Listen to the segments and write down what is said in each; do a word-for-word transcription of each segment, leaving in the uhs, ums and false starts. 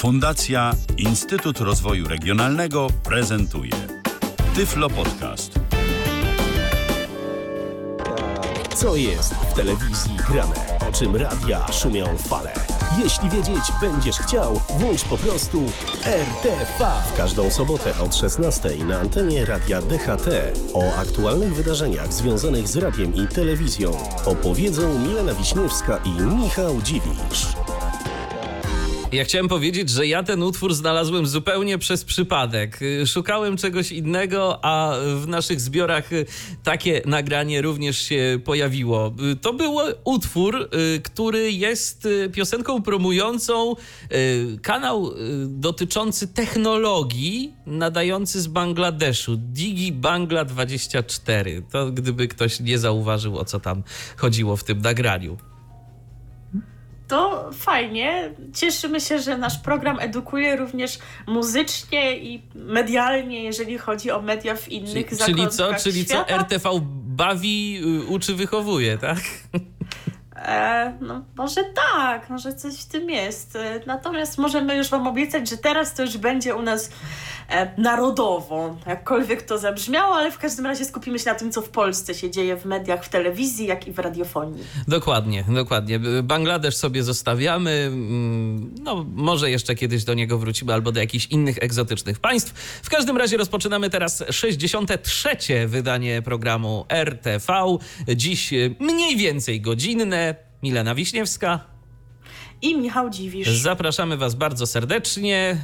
Fundacja Instytut Rozwoju Regionalnego prezentuje Tyflo Podcast. Co jest w telewizji grane? O czym radia szumią fale? Jeśli wiedzieć będziesz chciał, włącz po prostu R T V. W każdą sobotę od szesnastej na antenie Radia D H T o aktualnych wydarzeniach związanych z radiem i telewizją opowiedzą Milena Wiśniewska i Michał Dziwisz. Ja chciałem powiedzieć, że ja ten utwór znalazłem zupełnie przez przypadek. Szukałem czegoś innego, a w naszych zbiorach takie nagranie również się pojawiło. To był utwór, który jest piosenką promującą kanał dotyczący technologii nadający z Bangladeszu. Digi Bangla dwadzieścia cztery. To gdyby ktoś nie zauważył, o co tam chodziło w tym nagraniu. To fajnie. Cieszymy się, że nasz program edukuje również muzycznie i medialnie, jeżeli chodzi o media w innych czyli, zakątkach Czyli co? Czyli świata. co? R T V bawi, uczy, wychowuje, tak? E, no może tak, może coś w tym jest. E, natomiast możemy już wam obiecać, że teraz to już będzie u nas e, narodowo, jakkolwiek to zabrzmiało, ale w każdym razie skupimy się na tym, co w Polsce się dzieje w mediach, w telewizji, jak i w radiofonii. Dokładnie, dokładnie. Bangladesz sobie zostawiamy, no może jeszcze kiedyś do niego wrócimy albo do jakichś innych egzotycznych państw. W każdym razie rozpoczynamy teraz sześćdziesiąte trzecie wydanie programu R T V. Dziś mniej więcej godzinne. Milena Wiśniewska i Michał Dziwisz. Zapraszamy Was bardzo serdecznie,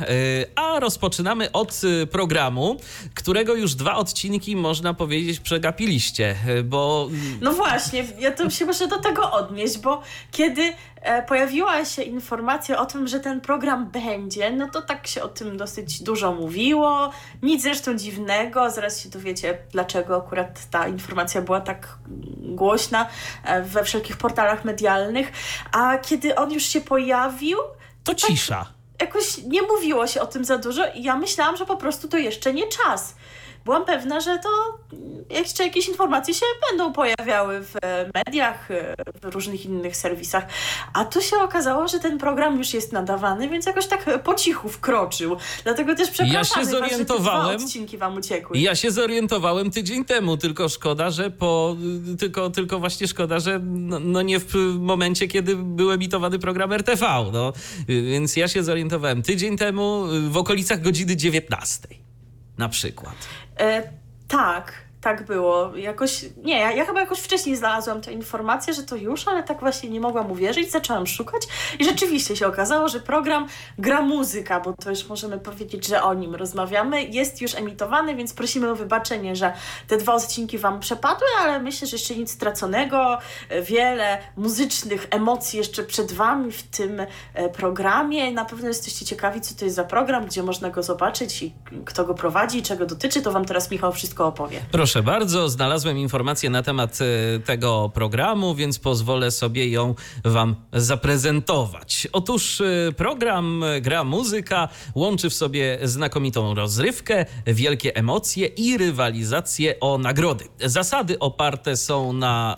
a rozpoczynamy od programu, którego już dwa odcinki, można powiedzieć, przegapiliście, bo... No właśnie, ja to się muszę do tego odnieść, bo kiedy pojawiła się informacja o tym, że ten program będzie, no to tak się o tym dosyć dużo mówiło. Nic zresztą dziwnego, zaraz się dowiecie, dlaczego akurat ta informacja była tak głośna we wszelkich portalach medialnych. A kiedy on już się pojawił, to, to cisza. Tak jakoś nie mówiło się o tym za dużo i ja myślałam, że po prostu to jeszcze nie czas. Byłam pewna, że to jeszcze jakieś informacje się będą pojawiały w mediach, w różnych innych serwisach. A tu się okazało, że ten program już jest nadawany, więc jakoś tak po cichu wkroczył. Dlatego też przepraszamy ja się zorientowałem, was, że te dwa odcinki wam uciekły. Ja się zorientowałem tydzień temu, tylko szkoda, że po... Tylko, tylko właśnie szkoda, że no, no nie w momencie, kiedy był emitowany program R T V. No. Więc ja się zorientowałem tydzień temu w okolicach godziny dziewiętnastej. Na przykład. E, tak, tak było. Jakoś, nie, ja, ja chyba jakoś wcześniej znalazłam tę informację, że to już, ale tak właśnie nie mogłam uwierzyć. Zaczęłam szukać i rzeczywiście się okazało, że program Gra Muzyka, bo to już możemy powiedzieć, że o nim rozmawiamy, jest już emitowany, więc prosimy o wybaczenie, że te dwa odcinki wam przepadły, ale myślę, że jeszcze nic straconego. Wiele muzycznych emocji jeszcze przed wami w tym programie. Na pewno jesteście ciekawi, co to jest za program, gdzie można go zobaczyć i kto go prowadzi, czego dotyczy, to wam teraz Michał wszystko opowie. Proszę bardzo, znalazłem informację na temat tego programu, więc pozwolę sobie ją wam zaprezentować. Otóż program Gra Muzyka łączy w sobie znakomitą rozrywkę, wielkie emocje i rywalizację o nagrody. Zasady oparte są na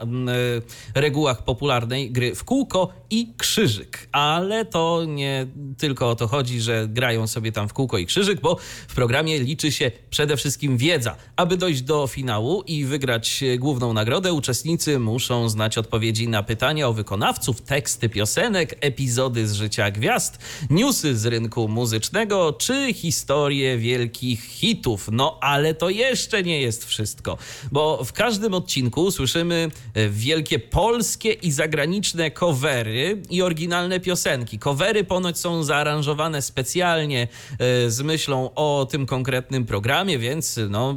regułach popularnej gry w kółko i krzyżyk. Ale to nie tylko o to chodzi, że grają sobie tam w kółko i krzyżyk, bo w programie liczy się przede wszystkim wiedza. Aby dojść do finału i wygrać główną nagrodę, uczestnicy muszą znać odpowiedzi na pytania o wykonawców, teksty piosenek, epizody z życia gwiazd, newsy z rynku muzycznego czy historie wielkich hitów. No ale to jeszcze nie jest wszystko, bo w każdym odcinku słyszymy wielkie polskie i zagraniczne covery i oryginalne piosenki. Covery ponoć są zaaranżowane specjalnie z myślą o tym konkretnym programie, więc no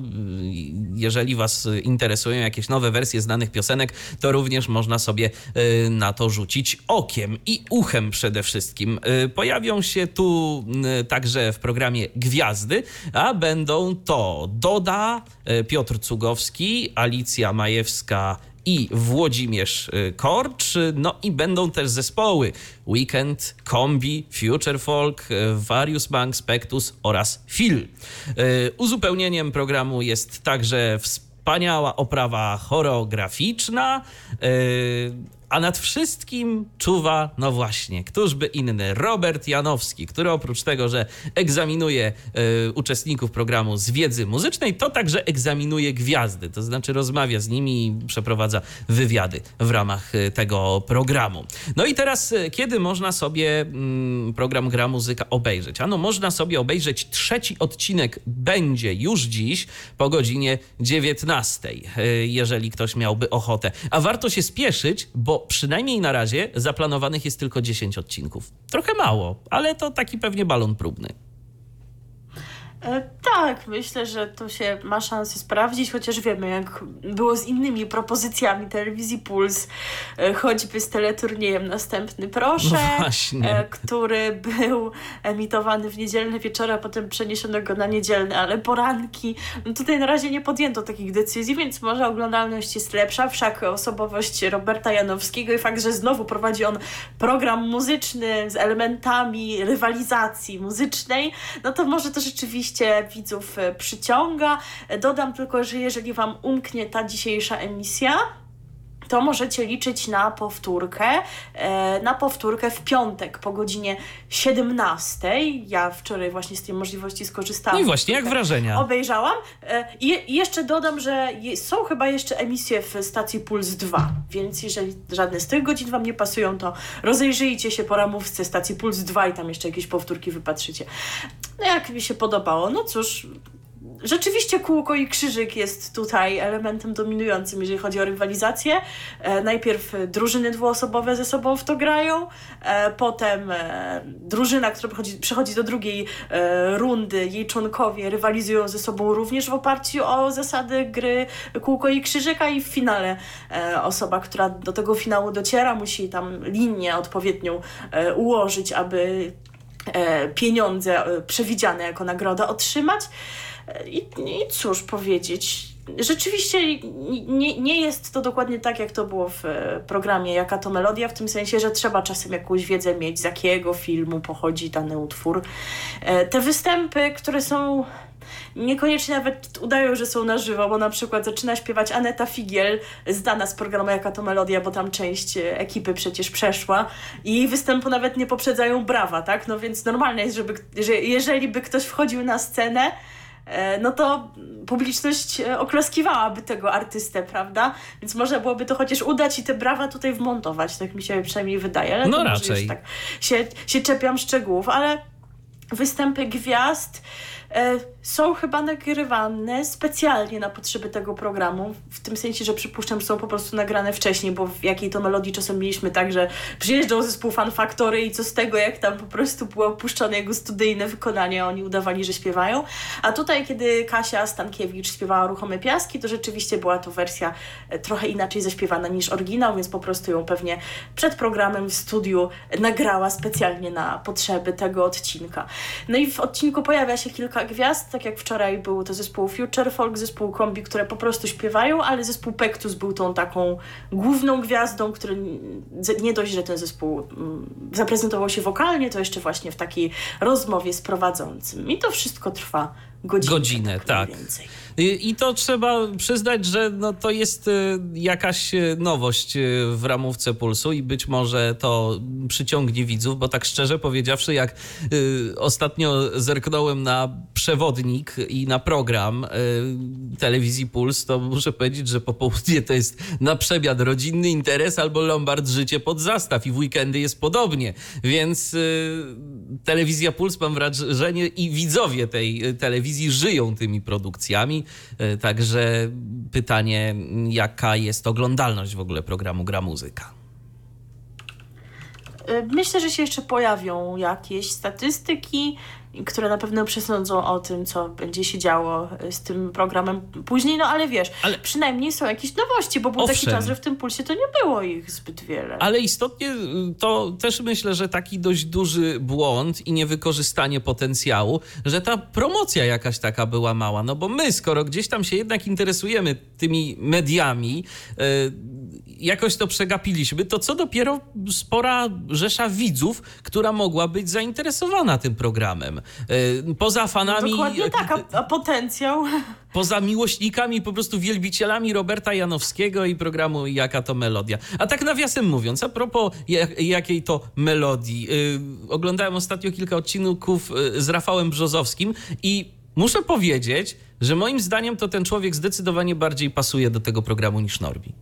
jeżeli was interesują jakieś nowe wersje znanych piosenek, to również można sobie na to rzucić okiem i uchem przede wszystkim. Pojawią się tu także w programie gwiazdy, a będą to Doda, Piotr Cugowski, Alicja Majewska i Włodzimierz Korcz, no i będą też zespoły Weekend, Kombi, Future Folk, Various Bank, Spectus oraz Phil. Uzupełnieniem programu jest także wspaniała oprawa choreograficzna, A nad wszystkim czuwa, no właśnie, któż by inny, Robert Janowski, który oprócz tego, że egzaminuje y, uczestników programu z wiedzy muzycznej, to także egzaminuje gwiazdy, to znaczy rozmawia z nimi i przeprowadza wywiady w ramach y, tego programu. No i teraz, y, kiedy można sobie y, program Gra Muzyka obejrzeć? Ano, można sobie obejrzeć trzeci odcinek, będzie już dziś po godzinie dziewiętnastej, y, jeżeli ktoś miałby ochotę. A warto się spieszyć, bo przynajmniej na razie zaplanowanych jest tylko dziesięć odcinków. Trochę mało, ale to taki pewnie balon próbny. E, tak, myślę, że to się ma szansę sprawdzić, chociaż wiemy, jak było z innymi propozycjami telewizji Puls, e, choćby z teleturniejem Następny Proszę, No e, który był emitowany w niedzielne wieczory, a potem przeniesiono go na niedzielne, ale poranki. No tutaj na razie nie podjęto takich decyzji, więc może oglądalność jest lepsza, wszak osobowość Roberta Janowskiego i fakt, że znowu prowadzi on program muzyczny z elementami rywalizacji muzycznej, no to może to rzeczywiście widzów przyciąga. Dodam tylko, że jeżeli wam umknie ta dzisiejsza emisja, to możecie liczyć na powtórkę, na powtórkę w piątek po godzinie siedemnastej. Ja wczoraj właśnie z tej możliwości skorzystałam. No i właśnie, jak wrażenia? Obejrzałam. I jeszcze dodam, że są chyba jeszcze emisje w stacji Puls dwa, więc jeżeli żadne z tych godzin wam nie pasują, to rozejrzyjcie się po ramówce stacji Puls dwa i tam jeszcze jakieś powtórki wypatrzycie. No jak mi się podobało? No cóż... Rzeczywiście kółko i krzyżyk jest tutaj elementem dominującym, jeżeli chodzi o rywalizację. E, najpierw drużyny dwuosobowe ze sobą w to grają, e, potem e, drużyna, która przechodzi, przechodzi do drugiej e, rundy, jej członkowie rywalizują ze sobą również w oparciu o zasady gry kółko i krzyżyk, a i w finale e, osoba, która do tego finału dociera, musi tam linię odpowiednią e, ułożyć, aby e, pieniądze e, przewidziane jako nagroda otrzymać. I, I cóż powiedzieć, rzeczywiście nie, nie jest to dokładnie tak, jak to było w programie Jaka to Melodia, w tym sensie, że trzeba czasem jakąś wiedzę mieć, z jakiego filmu pochodzi dany utwór. Te występy, które są... Niekoniecznie nawet udają, że są na żywo, bo na przykład zaczyna śpiewać Aneta Figiel, znana z programu Jaka to Melodia, bo tam część ekipy przecież przeszła i jej występu nawet nie poprzedzają brawa, tak? No więc normalne jest, żeby, że jeżeli by ktoś wchodził na scenę, no to publiczność oklaskiwałaby tego artystę, prawda? Więc można byłoby to chociaż udać i te brawa tutaj wmontować, tak mi się przynajmniej wydaje. Ale no to raczej. Już tak się, się czepiam szczegółów, ale występy gwiazd e, są chyba nagrywane specjalnie na potrzeby tego programu, w tym sensie, że przypuszczam, że są po prostu nagrane wcześniej, bo w Jakiej to Melodii czasem mieliśmy tak, że przyjeżdżał zespół Fan Factory i co z tego, jak tam po prostu było puszczone jego studyjne wykonanie, a oni udawali, że śpiewają. A tutaj, kiedy Kasia Stankiewicz śpiewała Ruchome Piaski, to rzeczywiście była to wersja trochę inaczej zaśpiewana niż oryginał, więc po prostu ją pewnie przed programem w studiu nagrała specjalnie na potrzeby tego odcinka. No i w odcinku pojawia się kilka gwiazd, tak jak wczoraj był to zespół Future Folk, zespół Kombi, które po prostu śpiewają, ale zespół Pektus był tą taką główną gwiazdą, który nie dość, że ten zespół zaprezentował się wokalnie, to jeszcze właśnie w takiej rozmowie z prowadzącym. I to wszystko trwa godzinę. Godzinę, tak. Więcej. I, I to trzeba przyznać, że no to jest jakaś nowość w ramówce Pulsu i być może to przyciągnie widzów, bo tak szczerze powiedziawszy, jak y, ostatnio zerknąłem na przewodnik i na program y, telewizji Puls, to muszę powiedzieć, że popołudnie to jest na przemian rodzinny interes albo Lombard życie pod zastaw i w weekendy jest podobnie, więc y, telewizja Puls, mam wrażenie, i widzowie tej telewizji żyją tymi produkcjami. Także pytanie, jaka jest oglądalność w ogóle programu Gra Muzyka? Myślę, że się jeszcze pojawią jakieś statystyki, które na pewno przesądzą o tym, co będzie się działo z tym programem później, no ale wiesz, ale przynajmniej są jakieś nowości, bo był owszem. taki czas, że w tym Pulsie to nie było ich zbyt wiele. Ale istotnie to też myślę, że taki dość duży błąd i niewykorzystanie potencjału, że ta promocja jakaś taka była mała, no bo my, skoro gdzieś tam się jednak interesujemy tymi mediami, yy, jakoś to przegapiliśmy, to co dopiero spora rzesza widzów, która mogła być zainteresowana tym programem. Poza fanami... Dokładnie tak, a, a potencjał... Poza miłośnikami, po prostu wielbicielami Roberta Janowskiego i programu Jaka to melodia. A tak nawiasem mówiąc, a propos jak, jakiej to melodii. Yy, oglądałem ostatnio kilka odcinków yy, z Rafałem Brzozowskim i muszę powiedzieć, że moim zdaniem to ten człowiek zdecydowanie bardziej pasuje do tego programu niż Norbi.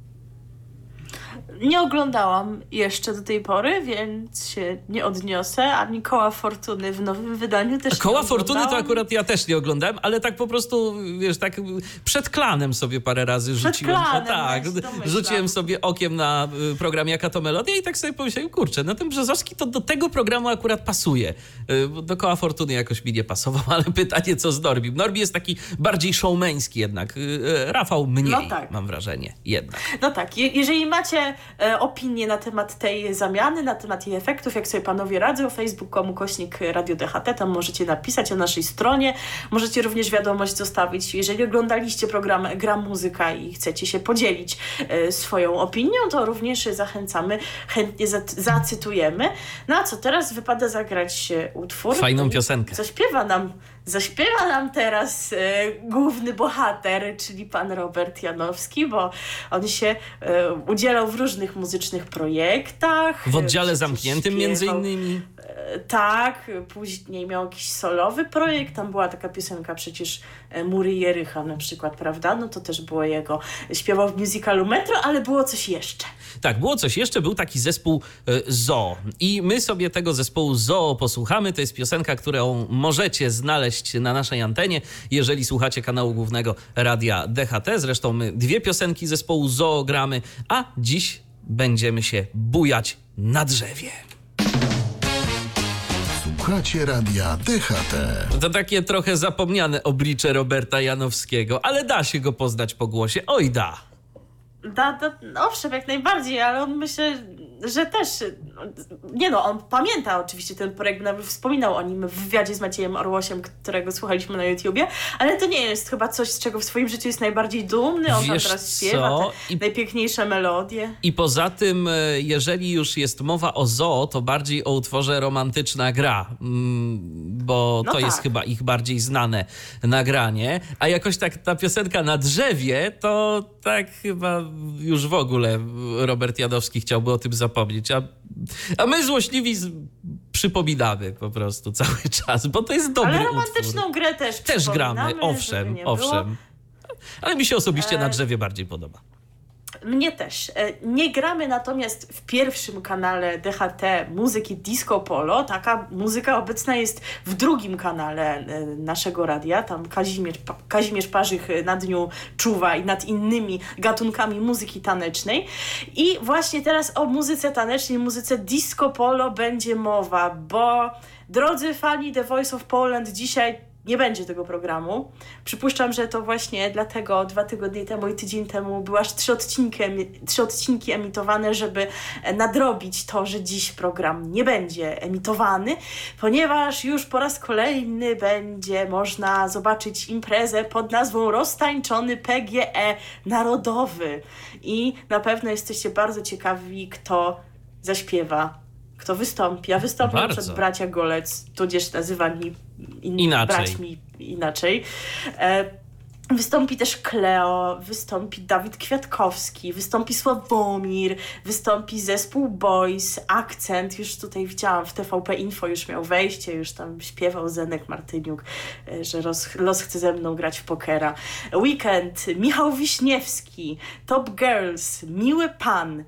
Nie oglądałam jeszcze do tej pory, więc się nie odniosę, ani Koła Fortuny w nowym wydaniu też Koła nie Fortuny to akurat ja też nie oglądałem, ale tak po prostu, wiesz, tak przed klanem sobie parę razy przed rzuciłem. Klanem, tak, rzuciłem sobie okiem na program Jaka to melodia i tak sobie pomyślałem, kurczę, no ten Brzozowski to do tego programu akurat pasuje. Do Koła Fortuny jakoś mi nie pasował, ale pytanie co z Norbim. Norbi jest taki bardziej showmeński jednak. Rafał mniej, no tak. mam wrażenie, jednak. No tak, Je- jeżeli macie e, opinie na temat tej zamiany, na temat jej efektów, jak sobie panowie radzą, facebook kropka com ukośnik Radio D H T, tam możecie napisać o naszej stronie, możecie również wiadomość zostawić. Jeżeli oglądaliście program Gra Muzyka i chcecie się podzielić e, swoją opinią, to również zachęcamy, chętnie za- zacytujemy. No a co, teraz wypada zagrać e, utwór. Fajną piosenkę. Zaśpiewa nam Zaśpiewa nam teraz e, główny bohater, czyli pan Robert Janowski, bo on się e, udzielał w różnych muzycznych projektach. W oddziale e, zamkniętym śpiewał, między innymi. E, tak, później miał jakiś solowy projekt, tam była taka piosenka przecież e, Mury Jericha na przykład, prawda? No to też było jego. Śpiewał w musicalu Metro, ale było coś jeszcze. Tak, było coś jeszcze, był taki zespół y, Zoo i my sobie tego zespołu Zoo posłuchamy. To jest piosenka, którą możecie znaleźć na naszej antenie, jeżeli słuchacie kanału głównego Radia D H T. Zresztą my dwie piosenki zespołu Zoo gramy, a dziś będziemy się bujać na drzewie. Słuchacie Radia D H T. To takie trochę zapomniane oblicze Roberta Janowskiego, ale da się go poznać po głosie. Oj da! Da, da, owszem, jak najbardziej, ale on myślę, że też, nie no, on pamięta oczywiście ten projekt, nawet wspominał o nim w wywiadzie z Maciejem Orłosiem, którego słuchaliśmy na YouTubie, ale to nie jest chyba coś, z czego w swoim życiu jest najbardziej dumny, on tam Wiesz teraz śpiewa co? te I- najpiękniejsze melodie. I poza tym, e, jeżeli już jest mowa o Zoo, to bardziej o utworze Romantyczna gra, mm, bo No to tak. jest chyba ich bardziej znane nagranie. A jakoś tak ta piosenka na drzewie, to tak chyba już w ogóle Robert Janowski chciałby o tym zapomnieć. A, a my złośliwi z, przypominamy po prostu cały czas, bo to jest dobry Ale utwór. romantyczną grę też Też gramy, przypominamy, owszem, żeby nie było. owszem. Ale mi się osobiście na E, drzewie bardziej podoba. Mnie też. E, Nie gramy natomiast w pierwszym kanale D H T muzyki Disco Polo. Taka muzyka obecna jest w drugim kanale e, naszego radia. Tam Kazimierz, Pa- Kazimierz Parzych nad nią czuwa i nad innymi gatunkami muzyki tanecznej. I właśnie teraz o muzyce tanecznej, muzyce Disco Polo będzie mowa, bo drodzy fani The Voice of Poland, dzisiaj nie będzie tego programu. Przypuszczam, że to właśnie dlatego dwa tygodnie temu i tydzień temu były aż trzy odcinki, emi- trzy odcinki emitowane, żeby e, nadrobić to, że dziś program nie będzie emitowany, ponieważ już po raz kolejny będzie można zobaczyć imprezę pod nazwą Roztańczony P G E Narodowy. I na pewno jesteście bardzo ciekawi, kto zaśpiewa, kto wystąpi. A wystąpią na Bardzo. przykład bracia Golec, tudzież nazywani inni Inaczej. braćmi inaczej. E, Wystąpi też Kleo, wystąpi Dawid Kwiatkowski, wystąpi Sławomir, wystąpi zespół Boys, Akcent, już tutaj widziałam w T V P Info, już miał wejście, już tam śpiewał Zenek Martyniuk, e, że los, los chce ze mną grać w pokera. Weekend, Michał Wiśniewski, Top Girls, Miły Pan,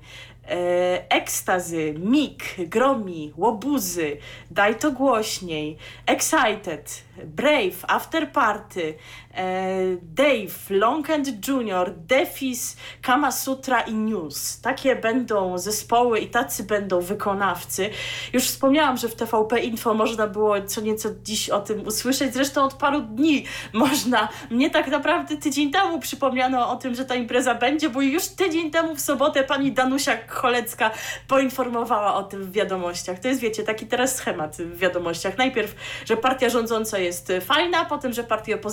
E, Ekstazy, Mik, Gromi, Łobuzy, Daj to głośniej, Excited, Brave, After Party, e, Dave, Long and Junior, Defis, Kama Sutra i News. Takie będą zespoły i tacy będą wykonawcy. Już wspomniałam, że w T V P Info można było co nieco dziś o tym usłyszeć. Zresztą od paru dni można. Mnie tak naprawdę tydzień temu przypomniano o tym, że ta impreza będzie, bo już tydzień temu w sobotę pani Danusia Cholecka poinformowała o tym w wiadomościach. To jest, wiecie, taki teraz schemat w wiadomościach. Najpierw, że partia rządząca jest fajna, potem, że partie opozycyjne są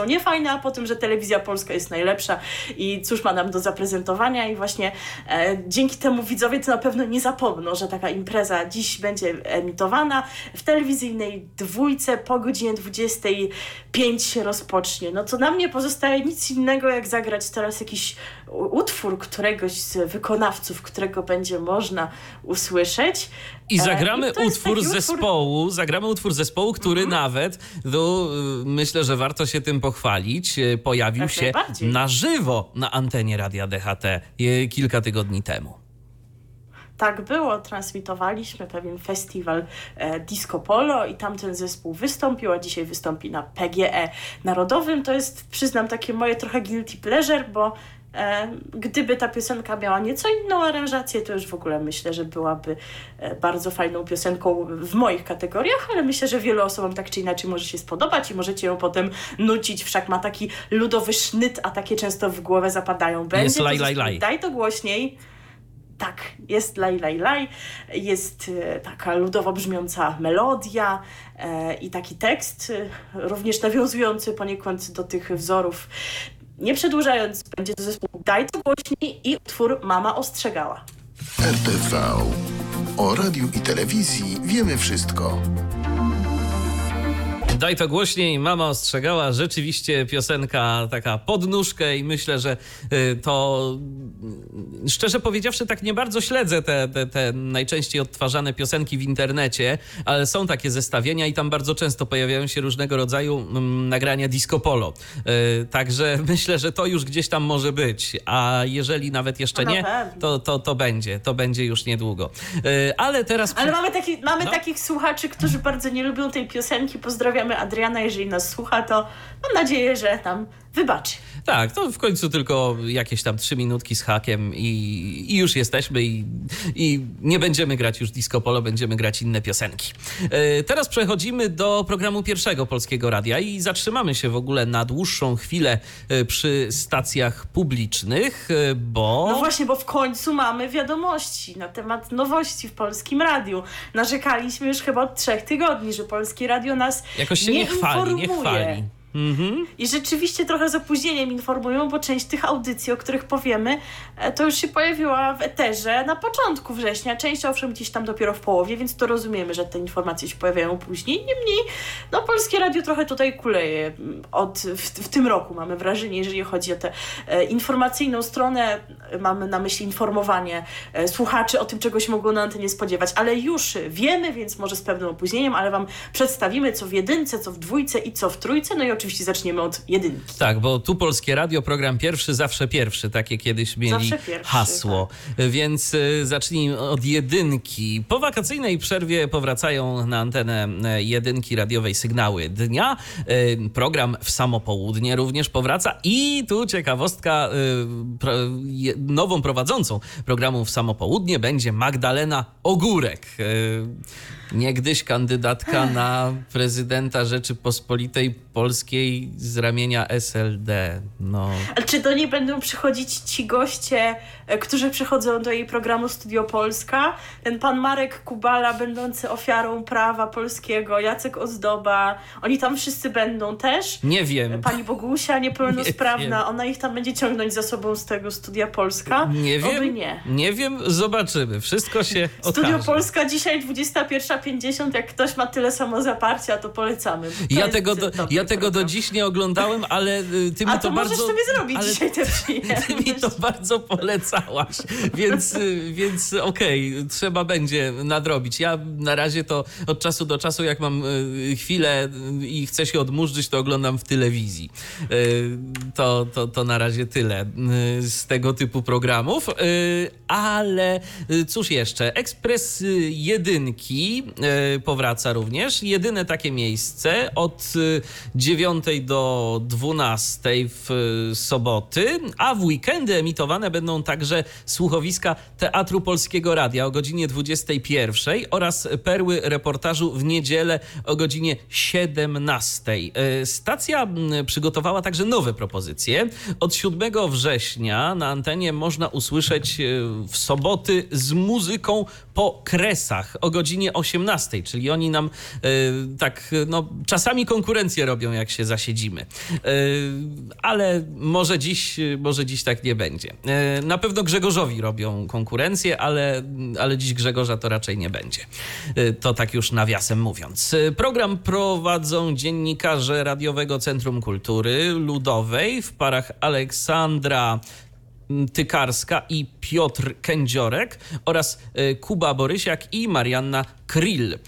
nie fajne, a potem, że Telewizja Polska jest najlepsza i cóż ma nam do zaprezentowania i właśnie e, dzięki temu widzowie to na pewno nie zapomną, że taka impreza dziś będzie emitowana w telewizyjnej dwójce po godzinie dwudziestej pięć się rozpocznie. No to nam nie pozostaje nic innego, jak zagrać teraz jakiś utwór któregoś z wykonawców, którego będzie można usłyszeć. I zagramy I utwór utwór zespołu, zagramy utwór zespołu, który mm-hmm. nawet, no, myślę, że warto się tym pochwalić, pojawił tak się na żywo na antenie Radia D H T kilka tygodni temu. Tak było, transmitowaliśmy pewien festiwal e, Disco Polo i tam ten zespół wystąpił, a dzisiaj wystąpi na P G E Narodowym. To jest, przyznam, takie moje trochę guilty pleasure, bo e, gdyby ta piosenka miała nieco inną aranżację, to już w ogóle myślę, że byłaby e, bardzo fajną piosenką w moich kategoriach, ale myślę, że wielu osobom tak czy inaczej może się spodobać i możecie ją potem nucić. Wszak ma taki ludowy sznyt, a takie często w głowę zapadają. Będzie jest laj, laj, laj. Daj to głośniej. Tak, jest laj, laj, laj, jest e, taka ludowo brzmiąca melodia e, i taki tekst, e, również nawiązujący poniekąd do tych wzorów. Nie przedłużając, będzie to zespół Daj to głośniej i utwór Mama ostrzegała. R T V. O radiu i telewizji wiemy wszystko. Daj to głośniej, mama ostrzegała, rzeczywiście piosenka taka pod nóżkę i myślę, że to, szczerze powiedziawszy, tak nie bardzo śledzę te, te, te najczęściej odtwarzane piosenki w internecie, ale są takie zestawienia i tam bardzo często pojawiają się różnego rodzaju mm, nagrania disco polo. Yy, także myślę, że to już gdzieś tam może być, a jeżeli nawet jeszcze no nie, to, to, to będzie, to będzie już niedługo. Yy, ale teraz... Ale mamy, taki, mamy no. takich słuchaczy, którzy bardzo nie lubią tej piosenki. Pozdrawiamy Adriana, jeżeli nas słucha, to mam nadzieję, że tam wybaczy. Tak, to w końcu tylko jakieś tam trzy minutki z hakiem i, i już jesteśmy i, i nie będziemy grać już disco polo, będziemy grać inne piosenki. Yy, teraz przechodzimy do programu Pierwszego Polskiego Radia i zatrzymamy się w ogóle na dłuższą chwilę yy, przy stacjach publicznych, yy, bo... No właśnie, bo w końcu mamy wiadomości na temat nowości w Polskim Radiu. Narzekaliśmy już chyba od trzech tygodni, że Polskie Radio nas Jakoś się nie, nie chwali, informuje. nie chwali. Mhm. I rzeczywiście trochę z opóźnieniem informują, bo część tych audycji, o których powiemy, to już się pojawiła w eterze na początku września. Część owszem gdzieś tam dopiero w połowie, więc to rozumiemy, że te informacje się pojawiają później. Niemniej, no Polskie Radio trochę tutaj kuleje od, w, w tym roku, mamy wrażenie, jeżeli chodzi o tę e, informacyjną stronę. Mamy na myśli informowanie e, słuchaczy o tym, czego się mogło na antenie spodziewać, ale już wiemy, więc może z pewnym opóźnieniem, ale wam przedstawimy, co w jedynce, co w dwójce i co w trójce. No i oczywiście zaczniemy od jedynki. Tak, bo tu Polskie Radio, program pierwszy, zawsze pierwszy. Takie kiedyś mieli pierwszy, hasło. Tak. Więc y, zacznijmy od jedynki. Po wakacyjnej przerwie powracają na antenę jedynki radiowej Sygnały Dnia. Y, program w samo południe również powraca i tu ciekawostka, y, pro, je, nową prowadzącą programu w samo południe będzie Magdalena Ogórek. Y, Niegdyś kandydatka na prezydenta Rzeczypospolitej Polskiej z ramienia S L D. No. A czy do niej będą przychodzić ci goście, którzy przychodzą do jej programu Studio Polska? Ten pan Marek Kubala, będący ofiarą prawa polskiego, Jacek Ozdoba. Oni tam wszyscy będą też? Nie wiem. Pani Bogusia, niepełnosprawna. Nie Ona ich tam będzie ciągnąć za sobą z tego Studia Polska? Nie wiem. Oby nie. Nie wiem, zobaczymy. Wszystko się okaże. Studio Polska dzisiaj dwudziesta pierwsza pięćdziesiąt. Jak ktoś ma tyle samozaparcia, to polecamy. To ja tego, do, ja tego do dziś nie oglądałem, ale ty mi A to, to bardzo... możesz sobie zrobić ale dzisiaj tę przyjemność. Ty mi to bardzo polecałaś, więc, więc okej, okay, trzeba będzie nadrobić. Ja na razie to od czasu do czasu, jak mam chwilę i chcę się odmurzyć, to oglądam w telewizji. To, to, to na razie tyle z tego typu programów. Ale cóż jeszcze? Ekspres jedynki powraca również. Jedyne takie miejsce od dziewiątej do dwunastej w soboty, a w weekendy emitowane będą także słuchowiska Teatru Polskiego Radia o godzinie dwudziestej pierwszej oraz perły reportażu w niedzielę o godzinie siedemnastej. Stacja przygotowała także nowe propozycje. Od siódmego września na antenie można usłyszeć w soboty z muzyką po Kresach o godzinie osiemnastej. osiemnastej, czyli oni nam y, tak no, czasami konkurencję robią, jak się zasiedzimy. Y, ale może dziś, może dziś tak nie będzie. Y, na pewno Grzegorzowi robią konkurencję, ale, ale dziś Grzegorza to raczej nie będzie. Y, to tak już nawiasem mówiąc. Y, program prowadzą dziennikarze Radiowego Centrum Kultury Ludowej w parach Aleksandra Tykarska i Piotr Kędziorek oraz Kuba Borysiak i Marianna Krill.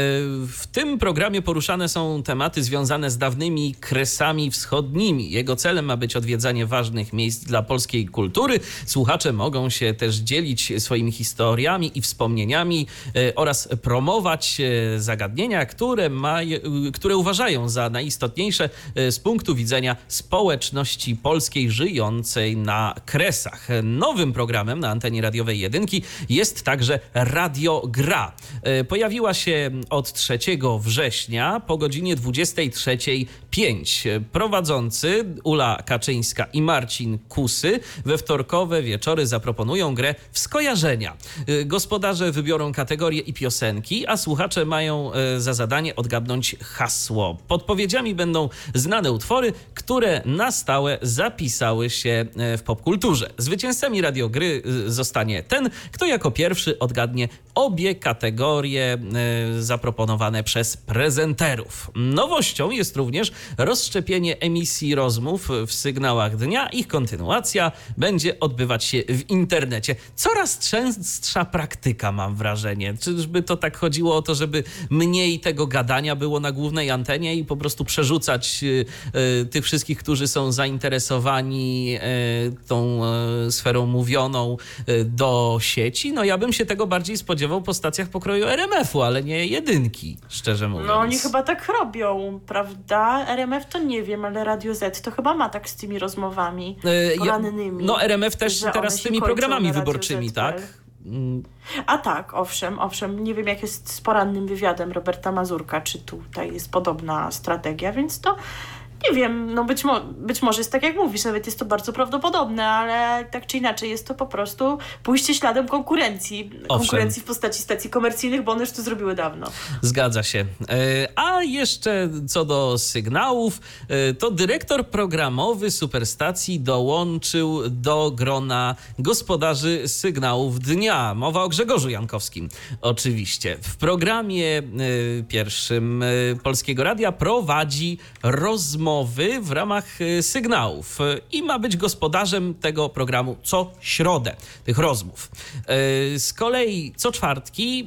W tym programie poruszane są tematy związane z dawnymi Kresami Wschodnimi. Jego celem ma być odwiedzanie ważnych miejsc dla polskiej kultury. Słuchacze mogą się też dzielić swoimi historiami i wspomnieniami oraz promować zagadnienia, które, maj, które uważają za najistotniejsze z punktu widzenia społeczności polskiej żyjącej na Kresach. Nowym programem na antenie radiowej Jedynki jest także Radio Gra. Pojawiła się od trzeciego września po godzinie dwudziestej trzeciej pięć. Prowadzący Ula Kaczyńska i Marcin Kusy we wtorkowe wieczory zaproponują grę w skojarzenia. Gospodarze wybiorą kategorie i piosenki, a słuchacze mają za zadanie odgadnąć hasło. Podpowiedziami będą znane utwory, które na stałe zapisały się w popkulturze. Zwycięzcami radiogry zostanie ten, kto jako pierwszy odgadnie obie kategorie zaproponowane przez prezenterów. Nowością jest również rozszczepienie emisji rozmów w sygnałach dnia. Ich kontynuacja będzie odbywać się w internecie. Coraz częstsza praktyka, mam wrażenie. Czyżby to tak chodziło o to, żeby mniej tego gadania było na głównej antenie i po prostu przerzucać y, y, tych wszystkich, którzy są zainteresowani y, tą y, sferą mówioną y, do sieci? No ja bym się tego bardziej spodziewał po stacjach pokroju R M F u, ale nie Jedynki, szczerze mówiąc. No oni chyba tak robią, prawda? R M F to nie wiem, ale Radio Z to chyba ma tak z tymi rozmowami e, porannymi. No R M F też teraz z tymi programami wyborczymi, tak? A tak, owszem, owszem. Nie wiem, jak jest z porannym wywiadem Roberta Mazurka, czy tutaj jest podobna strategia, więc to nie wiem, no być, mo- być może jest tak, jak mówisz, nawet jest to bardzo prawdopodobne, ale tak czy inaczej jest to po prostu pójście śladem konkurencji. Owszem. Konkurencji w postaci stacji komercyjnych, bo one już to zrobiły dawno. Zgadza się. A jeszcze co do sygnałów, to dyrektor programowy Superstacji dołączył do grona gospodarzy sygnałów dnia. Mowa o Grzegorzu Jankowskim, oczywiście. W programie pierwszym Polskiego Radia prowadzi rozmowę w ramach sygnałów i ma być gospodarzem tego programu co środę, tych rozmów. Z kolei co czwartki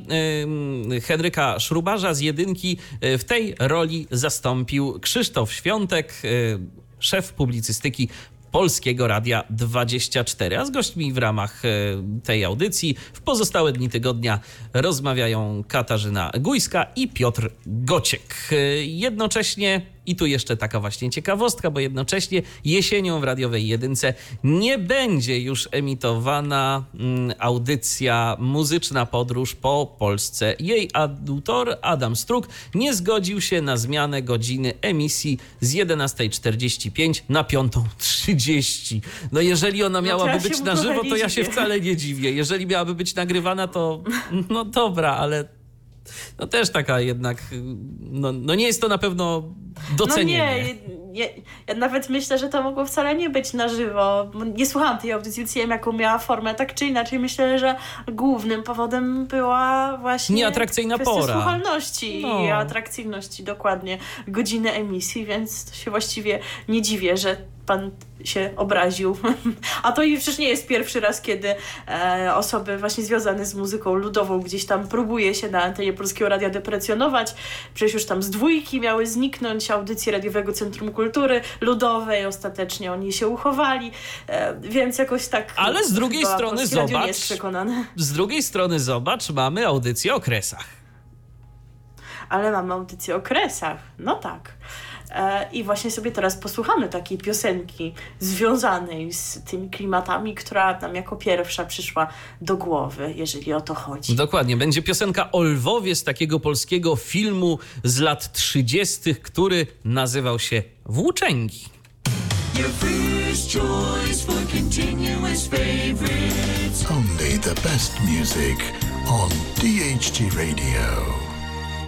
Henryka Szrubarza z Jedynki w tej roli zastąpił Krzysztof Świątek, szef publicystyki Polskiego Radia dwadzieścia cztery, a z gośćmi w ramach tej audycji w pozostałe dni tygodnia rozmawiają Katarzyna Gujska i Piotr Gociek. Jednocześnie, i tu jeszcze taka właśnie ciekawostka, bo jednocześnie jesienią w radiowej Jedynce nie będzie już emitowana mm, audycja Muzyczna Podróż po Polsce. Jej autor Adam Struk nie zgodził się na zmianę godziny emisji z jedenastej czterdzieści pięć na piątą trzydzieści. No jeżeli ona miałaby no ja być na żywo, to ja się wcale nie dziwię. Jeżeli miałaby być nagrywana, to no dobra, ale no też taka jednak, no, no nie jest to na pewno docenienie. No nie, ja, ja nawet myślę, że to mogło wcale nie być na żywo. Nie słuchałam tej audycji, nie wiem jaką miała formę, tak czy inaczej myślę, że głównym powodem była właśnie nieatrakcyjna kwestia pora. słuchalności No. i atrakcyjności, dokładnie, godziny emisji, więc to się właściwie nie dziwię, że pan się obraził. A to i przecież nie jest pierwszy raz, kiedy e, osoby właśnie związane z muzyką ludową gdzieś tam próbuje się na antenie Polskiego Radia deprecjonować. Przecież już tam z dwójki miały zniknąć audycje Radiowego Centrum Kultury Ludowej. Ostatecznie oni się uchowali, e, więc jakoś tak... Ale z drugiej strony Polskie Radio nie jest zobacz, przekonane. z drugiej strony zobacz, mamy audycję o Kresach. Ale mamy audycję o Kresach. No tak. I właśnie sobie teraz posłuchamy takiej piosenki związanej z tymi klimatami, która nam jako pierwsza przyszła do głowy, jeżeli o to chodzi. Dokładnie. Będzie piosenka o Lwowie z takiego polskiego filmu z lat trzydziestych, który nazywał się Włóczęgi. Your first choice for continuous favorites. Only the best music on D H G Radio.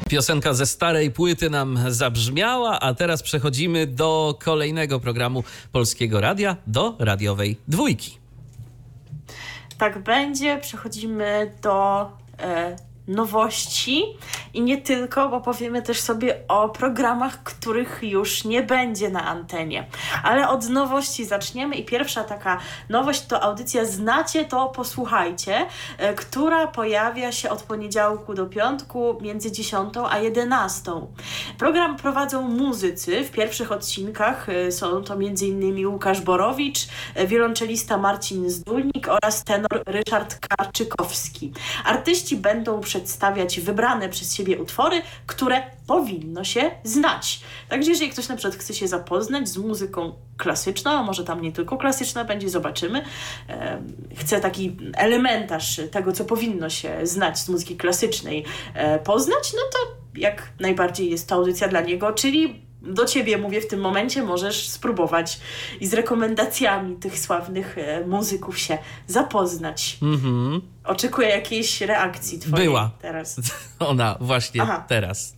Piosenka ze starej płyty nam zabrzmiała, a teraz przechodzimy do kolejnego programu Polskiego Radia, do radiowej dwójki. Tak będzie, przechodzimy do e, nowości i nie tylko, bo powiemy też sobie o programach, których już nie będzie na antenie. Ale od nowości zaczniemy i pierwsza taka nowość to audycja Znacie, to posłuchajcie, e, która pojawia się od poniedziałku do piątku między dziesiątą a jedenastą. Program prowadzą muzycy. W pierwszych odcinkach e, są to między innymi Łukasz Borowicz, e, wiolonczelista Marcin Zdulnik oraz tenor Ryszard Karczykowski. Artyści będą przedstawiać wybrane przez siebie utwory, które powinno się znać. Także jeżeli ktoś na przykład chce się zapoznać z muzyką klasyczną, a może tam nie tylko klasyczna będzie, zobaczymy, e, chce taki elementarz tego, co powinno się znać z muzyki klasycznej e, poznać, no to jak najbardziej jest to audycja dla niego, czyli do ciebie mówię w tym momencie, możesz spróbować i z rekomendacjami tych sławnych e, muzyków się zapoznać. Mhm. Oczekuję jakiejś reakcji twojej Była. teraz. Ona właśnie Aha. teraz.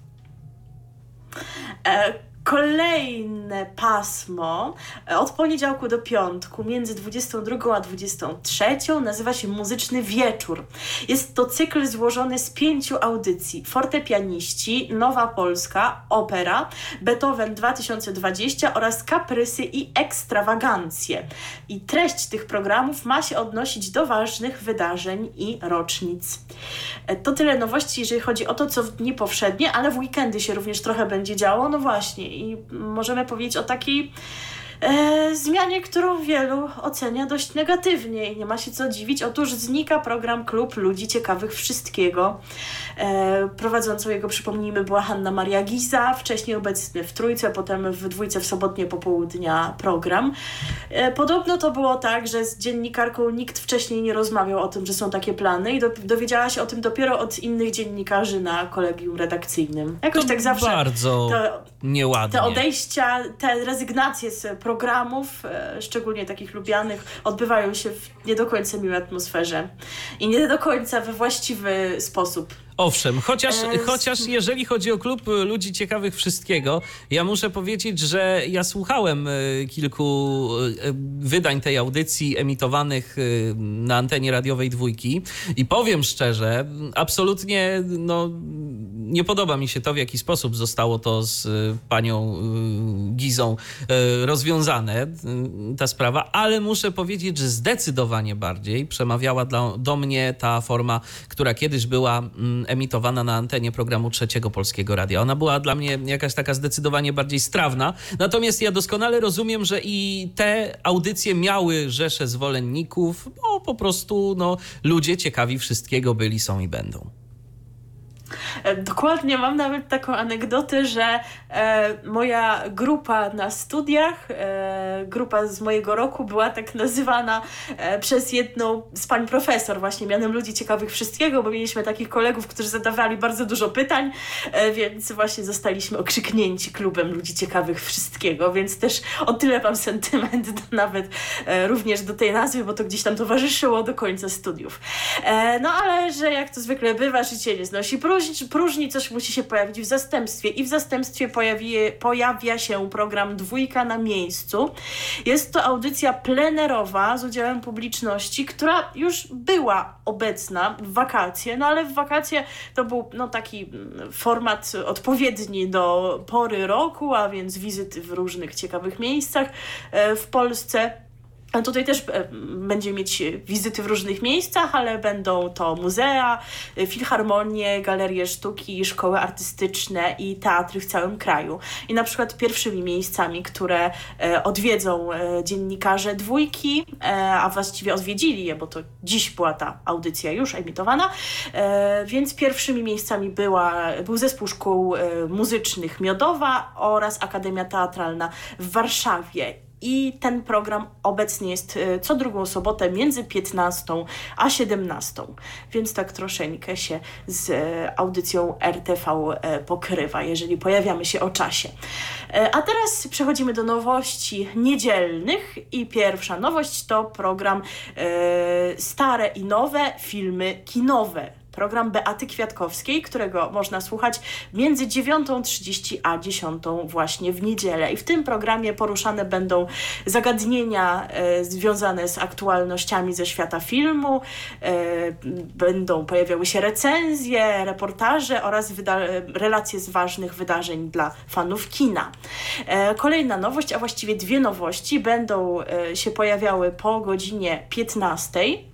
E, Kolejne pasmo e, od poniedziałku do piątku między dwudziestą drugą a dwudziestą trzecią nazywa się Muzyczny Wieczór. Jest to cykl złożony z pięciu audycji. Fortepianiści, Nowa Polska, Opera, Beethoven dwa tysiące dwadzieścia oraz Kaprysy i Ekstrawagancje. I treść tych programów ma się odnosić do ważnych wydarzeń i rocznic. E, to tyle nowości, jeżeli chodzi o to, co w dni powszednie, ale w weekendy się również trochę będzie działo. No właśnie, i możemy powiedzieć o takiej e, zmianie, którą wielu ocenia dość negatywnie i nie ma się co dziwić. Otóż znika program Klub Ludzi Ciekawych Wszystkiego. E, prowadzącą jego, przypomnijmy, była Hanna Maria Giza, wcześniej obecny w Trójce, potem w Dwójce w sobotnie popołudnia program. E, podobno to było tak, że z dziennikarką nikt wcześniej nie rozmawiał o tym, że są takie plany i do, dowiedziała się o tym dopiero od innych dziennikarzy na kolegium redakcyjnym. Jakoś To tak zawsze bardzo to, nieładnie. te odejścia, te rezygnacje z programów, e, szczególnie takich lubianych, odbywają się w nie do końca miłej atmosferze i nie do końca we właściwy sposób. Owszem, chociaż, E, chociaż jeżeli chodzi o Klub Ludzi Ciekawych Wszystkiego, ja muszę powiedzieć, że ja słuchałem e, kilku e, wydań tej audycji emitowanych e, na antenie radiowej dwójki i powiem szczerze, absolutnie no, nie podoba mi się to, w jaki sposób zostało to z e, panią e, Gizą e, rozwiązane, e, ta sprawa, ale muszę powiedzieć, że zdecydowanie bardziej przemawiała dla, do mnie ta forma, która kiedyś była mm, emitowana na antenie programu Trzeciego Polskiego Radia. Ona była dla mnie jakaś taka zdecydowanie bardziej strawna. Natomiast ja doskonale rozumiem, że i te audycje miały rzesze zwolenników, bo po prostu no, ludzie ciekawi wszystkiego byli, są i będą. Dokładnie, mam nawet taką anegdotę, że e, moja grupa na studiach, e, grupa z mojego roku była tak nazywana e, przez jedną z pań profesor właśnie mianem Ludzi Ciekawych Wszystkiego, bo mieliśmy takich kolegów, którzy zadawali bardzo dużo pytań, e, więc właśnie zostaliśmy okrzyknięci Klubem Ludzi Ciekawych Wszystkiego, więc też o tyle mam sentyment do, nawet e, również do tej nazwy, bo to gdzieś tam towarzyszyło do końca studiów. E, no ale, że jak to zwykle bywa, życie nie znosi próżni, próżni, coś musi się pojawić w zastępstwie i w zastępstwie pojawi, pojawia się program Dwójka na miejscu. Jest to audycja plenerowa z udziałem publiczności, która już była obecna w wakacje, no ale w wakacje to był no, taki format odpowiedni do pory roku, a więc wizyty w różnych ciekawych miejscach e, w Polsce. A tutaj też będzie mieć wizyty w różnych miejscach, ale będą to muzea, filharmonie, galerie sztuki, szkoły artystyczne i teatry w całym kraju. I na przykład pierwszymi miejscami, które odwiedzą dziennikarze Dwójki, a właściwie odwiedzili je, bo to dziś była ta audycja już emitowana, więc pierwszymi miejscami była, był Zespół Szkół Muzycznych Miodowa oraz Akademia Teatralna w Warszawie. I ten program obecnie jest co drugą sobotę między piętnastą a siedemnastą, więc tak troszeczkę się z audycją R T V pokrywa, jeżeli pojawiamy się o czasie. A teraz przechodzimy do nowości niedzielnych i pierwsza nowość to program Stare i Nowe Filmy Kinowe. program Beaty Kwiatkowskiej, którego można słuchać między dziewiątą trzydzieści a dziesiątą właśnie w niedzielę. I w tym programie poruszane będą zagadnienia e, związane z aktualnościami ze świata filmu, e, będą pojawiały się recenzje, reportaże oraz wyda- relacje z ważnych wydarzeń dla fanów kina. E, kolejna nowość, a właściwie dwie nowości będą e, się pojawiały po godzinie piętnastej.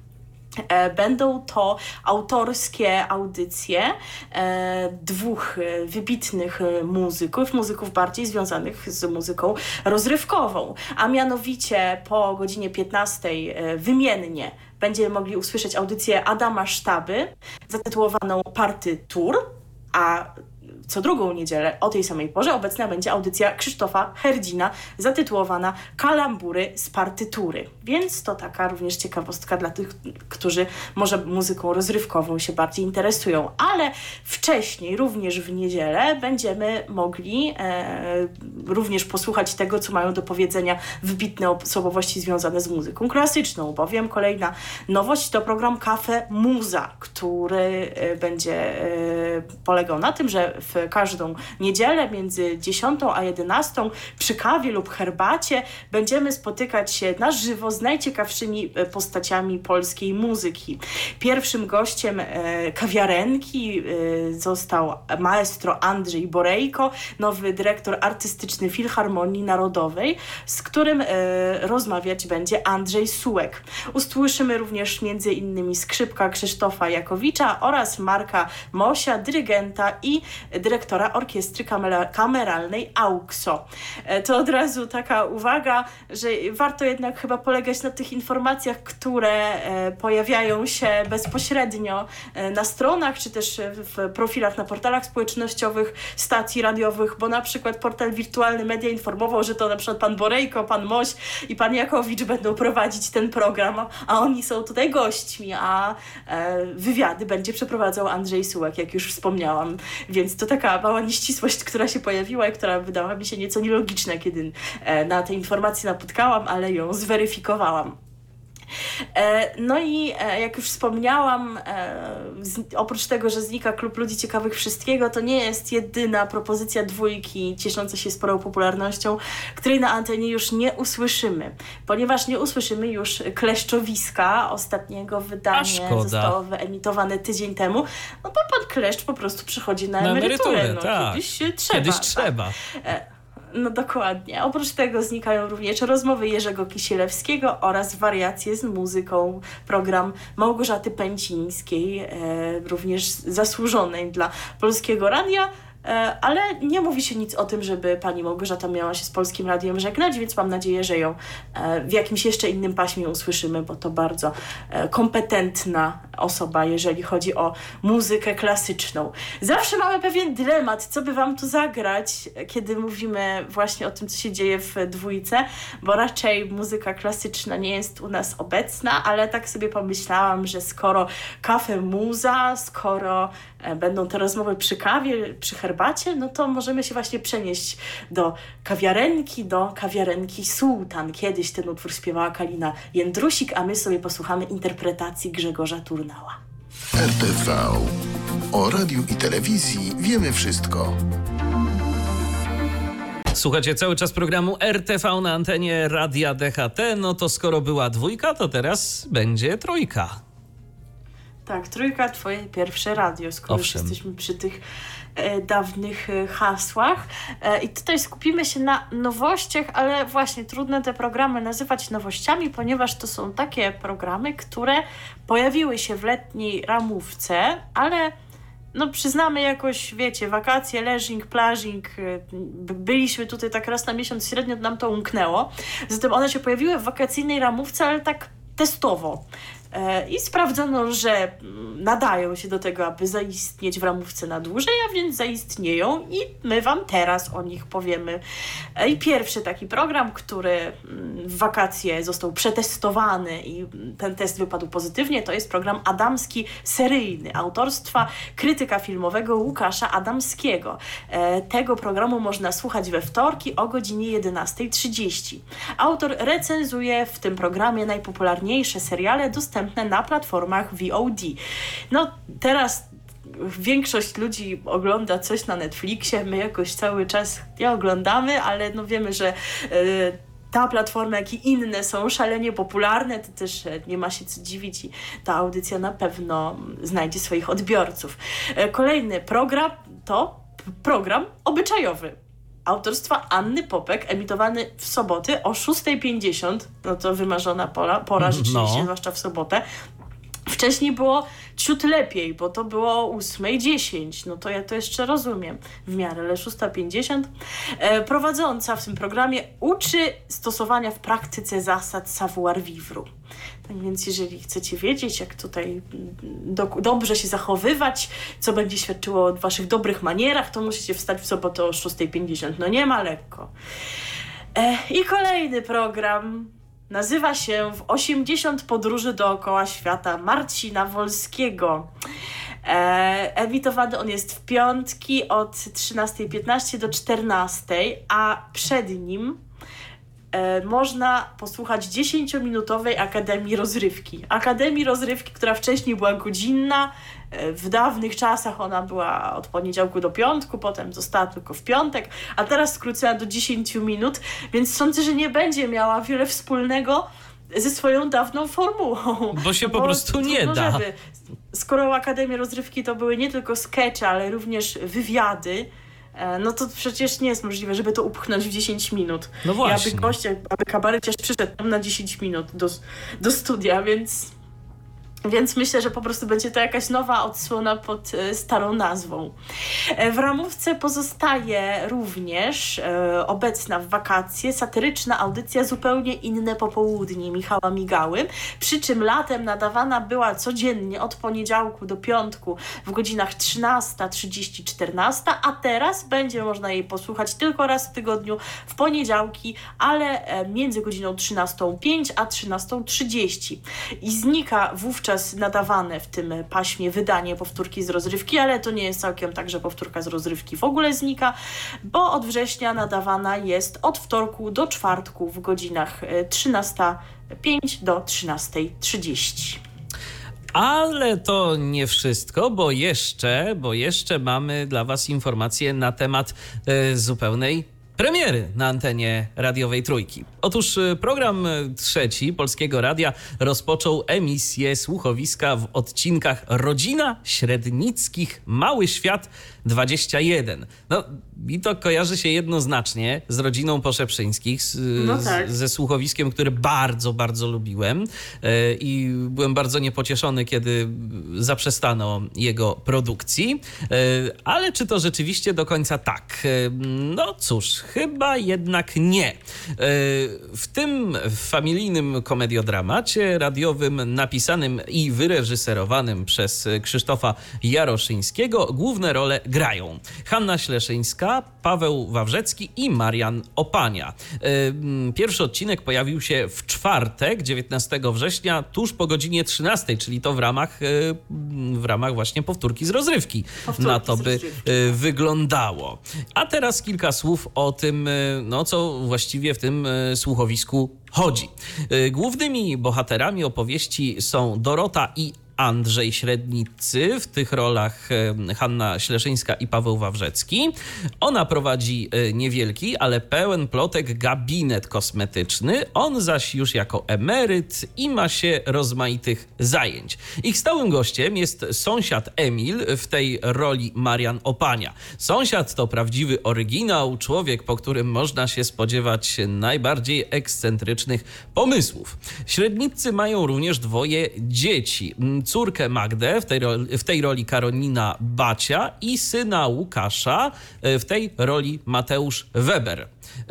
Będą to autorskie audycje e, dwóch wybitnych muzyków, muzyków bardziej związanych z muzyką rozrywkową, a mianowicie po godzinie piętnastej e, wymiennie będziemy mogli usłyszeć audycję Adama Sztaby zatytułowaną Partytur, a co drugą niedzielę o tej samej porze obecna będzie audycja Krzysztofa Herdzina zatytułowana Kalambury z partytury. Więc to taka również ciekawostka dla tych, którzy może muzyką rozrywkową się bardziej interesują. Ale wcześniej, również w niedzielę, będziemy mogli e, również posłuchać tego, co mają do powiedzenia wybitne osobowości związane z muzyką klasyczną, bowiem kolejna nowość to program Cafe Muza, który e, będzie e, polegał na tym, że w każdą niedzielę między dziesiątą a jedenastą przy kawie lub herbacie będziemy spotykać się na żywo z najciekawszymi postaciami polskiej muzyki. Pierwszym gościem e, kawiarenki e, został maestro Andrzej Borejko, nowy dyrektor artystyczny Filharmonii Narodowej, z którym e, rozmawiać będzie Andrzej Sułek. Usłyszymy również między innymi skrzypka Krzysztofa Jakowicza oraz Marka Mosia, dyrygenta i dyrektora orkiestry kamera- kameralnej AUKSO. To od razu taka uwaga, że warto jednak chyba polegać na tych informacjach, które pojawiają się bezpośrednio na stronach, czy też w profilach na portalach społecznościowych stacji radiowych, bo na przykład portal Wirtualny Media informował, że to na przykład pan Borejko, pan Moś i pan Jakowicz będą prowadzić ten program, a oni są tutaj gośćmi, a wywiady będzie przeprowadzał Andrzej Sułek, jak już wspomniałam. Więc to taka mała nieścisłość, która się pojawiła i która wydała mi się nieco nielogiczna, kiedy na te informacje napotkałam, ale ją zweryfikowałam. No i jak już wspomniałam, oprócz tego, że znika Klub Ludzi Ciekawych Wszystkiego, to nie jest jedyna propozycja dwójki ciesząca się sporą popularnością, której na antenie już nie usłyszymy, ponieważ nie usłyszymy już Kleszczowiska. Ostatniego wydanie zostało wyemitowane tydzień temu, no bo pan Kleszcz po prostu przychodzi na, na emeryturę. emeryturę. No, tak. Kiedyś trzeba. Kiedyś trzeba. Tak. No dokładnie. Oprócz tego znikają również rozmowy Jerzego Kisielewskiego oraz wariacje z muzyką. Program Małgorzaty Pęcińskiej, e, również zasłużonej dla Polskiego Radia, e, ale nie mówi się nic o tym, żeby pani Małgorzata miała się z Polskim Radiem żegnać, więc mam nadzieję, że ją e, w jakimś jeszcze innym paśmie usłyszymy, bo to bardzo e, kompetentna osoba, jeżeli chodzi o muzykę klasyczną. Zawsze mamy pewien dylemat, co by wam tu zagrać, kiedy mówimy właśnie o tym, co się dzieje w dwójce, bo raczej muzyka klasyczna nie jest u nas obecna, ale tak sobie pomyślałam, że skoro Cafe Muza, skoro będą te rozmowy przy kawie, przy herbacie, no to możemy się właśnie przenieść do kawiarenki, do kawiarenki Sułtan. Kiedyś ten utwór śpiewała Kalina Jędrusik, a my sobie posłuchamy interpretacji Grzegorza Turnała. R T V. O radiu i telewizji wiemy wszystko. Słuchajcie cały czas programu R T V na antenie Radia D H T. No to skoro była dwójka, to teraz będzie trójka. Tak, trójka, twoje pierwsze radio, skoro już jesteśmy przy tych e, dawnych e, hasłach. E, I tutaj skupimy się na nowościach, ale właśnie trudno te programy nazywać nowościami, ponieważ to są takie programy, które pojawiły się w letniej ramówce, ale no przyznamy jakoś, wiecie, wakacje, leżing, plażing, byliśmy tutaj tak raz na miesiąc średnio, nam to umknęło. Zatem one się pojawiły w wakacyjnej ramówce, ale tak testowo. I sprawdzono, że nadają się do tego, aby zaistnieć w ramówce na dłużej, a więc zaistnieją i my wam teraz o nich powiemy. I pierwszy taki program, który w wakacje został przetestowany i ten test wypadł pozytywnie, to jest program Adamski Seryjny, autorstwa krytyka filmowego Łukasza Adamskiego. Tego programu można słuchać we wtorki o godzinie jedenasta trzydzieści. Autor recenzuje w tym programie najpopularniejsze seriale dostępne dostępne na platformach V O D. No teraz większość ludzi ogląda coś na Netflixie, my jakoś cały czas nie oglądamy, ale no wiemy, że yy, ta platforma, jak i inne są szalenie popularne, to też nie ma się co dziwić i ta audycja na pewno znajdzie swoich odbiorców. Kolejny program to program obyczajowy autorstwa Anny Popek, emitowany w soboty o szósta pięćdziesiąt. No to wymarzona pora, pora rzeczywiście, No. zwłaszcza w sobotę. Wcześniej było ciut lepiej, bo to było ósma dziesięć. No to ja to jeszcze rozumiem w miarę, ale szósta pięćdziesiąt. E, prowadząca w tym programie uczy stosowania w praktyce zasad savoir-vivre. Tak więc jeżeli chcecie wiedzieć, jak tutaj do, dobrze się zachowywać, co będzie świadczyło o waszych dobrych manierach, to musicie wstać w sobotę o szósta pięćdziesiąt. No nie ma lekko. E, I kolejny program nazywa się W osiemdziesiąt podróży dookoła świata Marcina Wolskiego. E, emitowany on jest w piątki od trzynasta piętnaście do czternastej, a przed nim e, można posłuchać dziesięciominutowej Akademii Rozrywki. Akademii Rozrywki, która wcześniej była godzinna. W dawnych czasach ona była od poniedziałku do piątku, potem została tylko w piątek, a teraz skrócona do dziesięciu minut, więc sądzę, że nie będzie miała wiele wspólnego ze swoją dawną formułą. Bo się No po prostu nie trudno, da. Żeby. Skoro Akademia Rozrywki to były nie tylko skecze, ale również wywiady, no to przecież nie jest możliwe, żeby to upchnąć w dziesięć minut. No właśnie. I aby gość, aby kabareciarz przyszedł tam na dziesięć minut do, do studia, więc... Więc myślę, że po prostu będzie to jakaś nowa odsłona pod e, starą nazwą. E, w ramówce pozostaje również e, obecna w wakacje satyryczna audycja Zupełnie inne popołudnie Michała Migały, przy czym latem nadawana była codziennie od poniedziałku do piątku w godzinach trzynasta trzydzieści czternasta, a teraz będzie można jej posłuchać tylko raz w tygodniu w poniedziałki, ale e, między godziną trzynastą pięć a trzynastą trzydzieści. I znika wówczas nadawane w tym paśmie wydanie powtórki z rozrywki, ale to nie jest całkiem tak, że powtórka z rozrywki w ogóle znika, bo od września nadawana jest od wtorku do czwartku w godzinach trzynasta pięć do trzynasta trzydzieści. Ale to nie wszystko, bo jeszcze, bo jeszcze mamy dla was informacje na temat e, zupełnej premiery na antenie radiowej Trójki. Otóż program trzeci Polskiego Radia rozpoczął emisję słuchowiska w odcinkach Rodzina Średnickich, Mały Świat dwadzieścia jeden. No i to kojarzy się jednoznacznie z rodziną Poszeprzyńskich, z, no tak. z, ze słuchowiskiem, które bardzo, bardzo lubiłem yy, i byłem bardzo niepocieszony, kiedy zaprzestano jego produkcji. Yy, ale czy to rzeczywiście do końca tak? Yy, no cóż, chyba jednak nie. Yy, w tym familijnym komediodramacie radiowym napisanym i wyreżyserowanym przez Krzysztofa Jaroszyńskiego główne role grają Hanna Śleszyńska, Paweł Wawrzecki i Marian Opania. Pierwszy odcinek pojawił się w czwartek, dziewiętnastego września, tuż po godzinie trzynastej, czyli to w ramach, w ramach właśnie powtórki z rozrywki. Powtórki na to z by rozrywki. wyglądało. A teraz kilka słów o tym, no co właściwie w tym słuchowisku chodzi. Głównymi bohaterami opowieści są Dorota i Andrzej Średnicy, w tych rolach Hanna Śleszyńska i Paweł Wawrzecki. Ona prowadzi niewielki, ale pełen plotek gabinet kosmetyczny. On zaś już jako emeryt i ma się rozmaitych zajęć. Ich stałym gościem jest sąsiad Emil, w tej roli Marian Opania. Sąsiad to prawdziwy oryginał, człowiek, po którym można się spodziewać najbardziej ekscentrycznych pomysłów. Średnicy mają również dwoje dzieci. Córkę Magdę, w tej, roli, w tej roli Karolina Bacia, i syna Łukasza, w tej roli Mateusz Weber.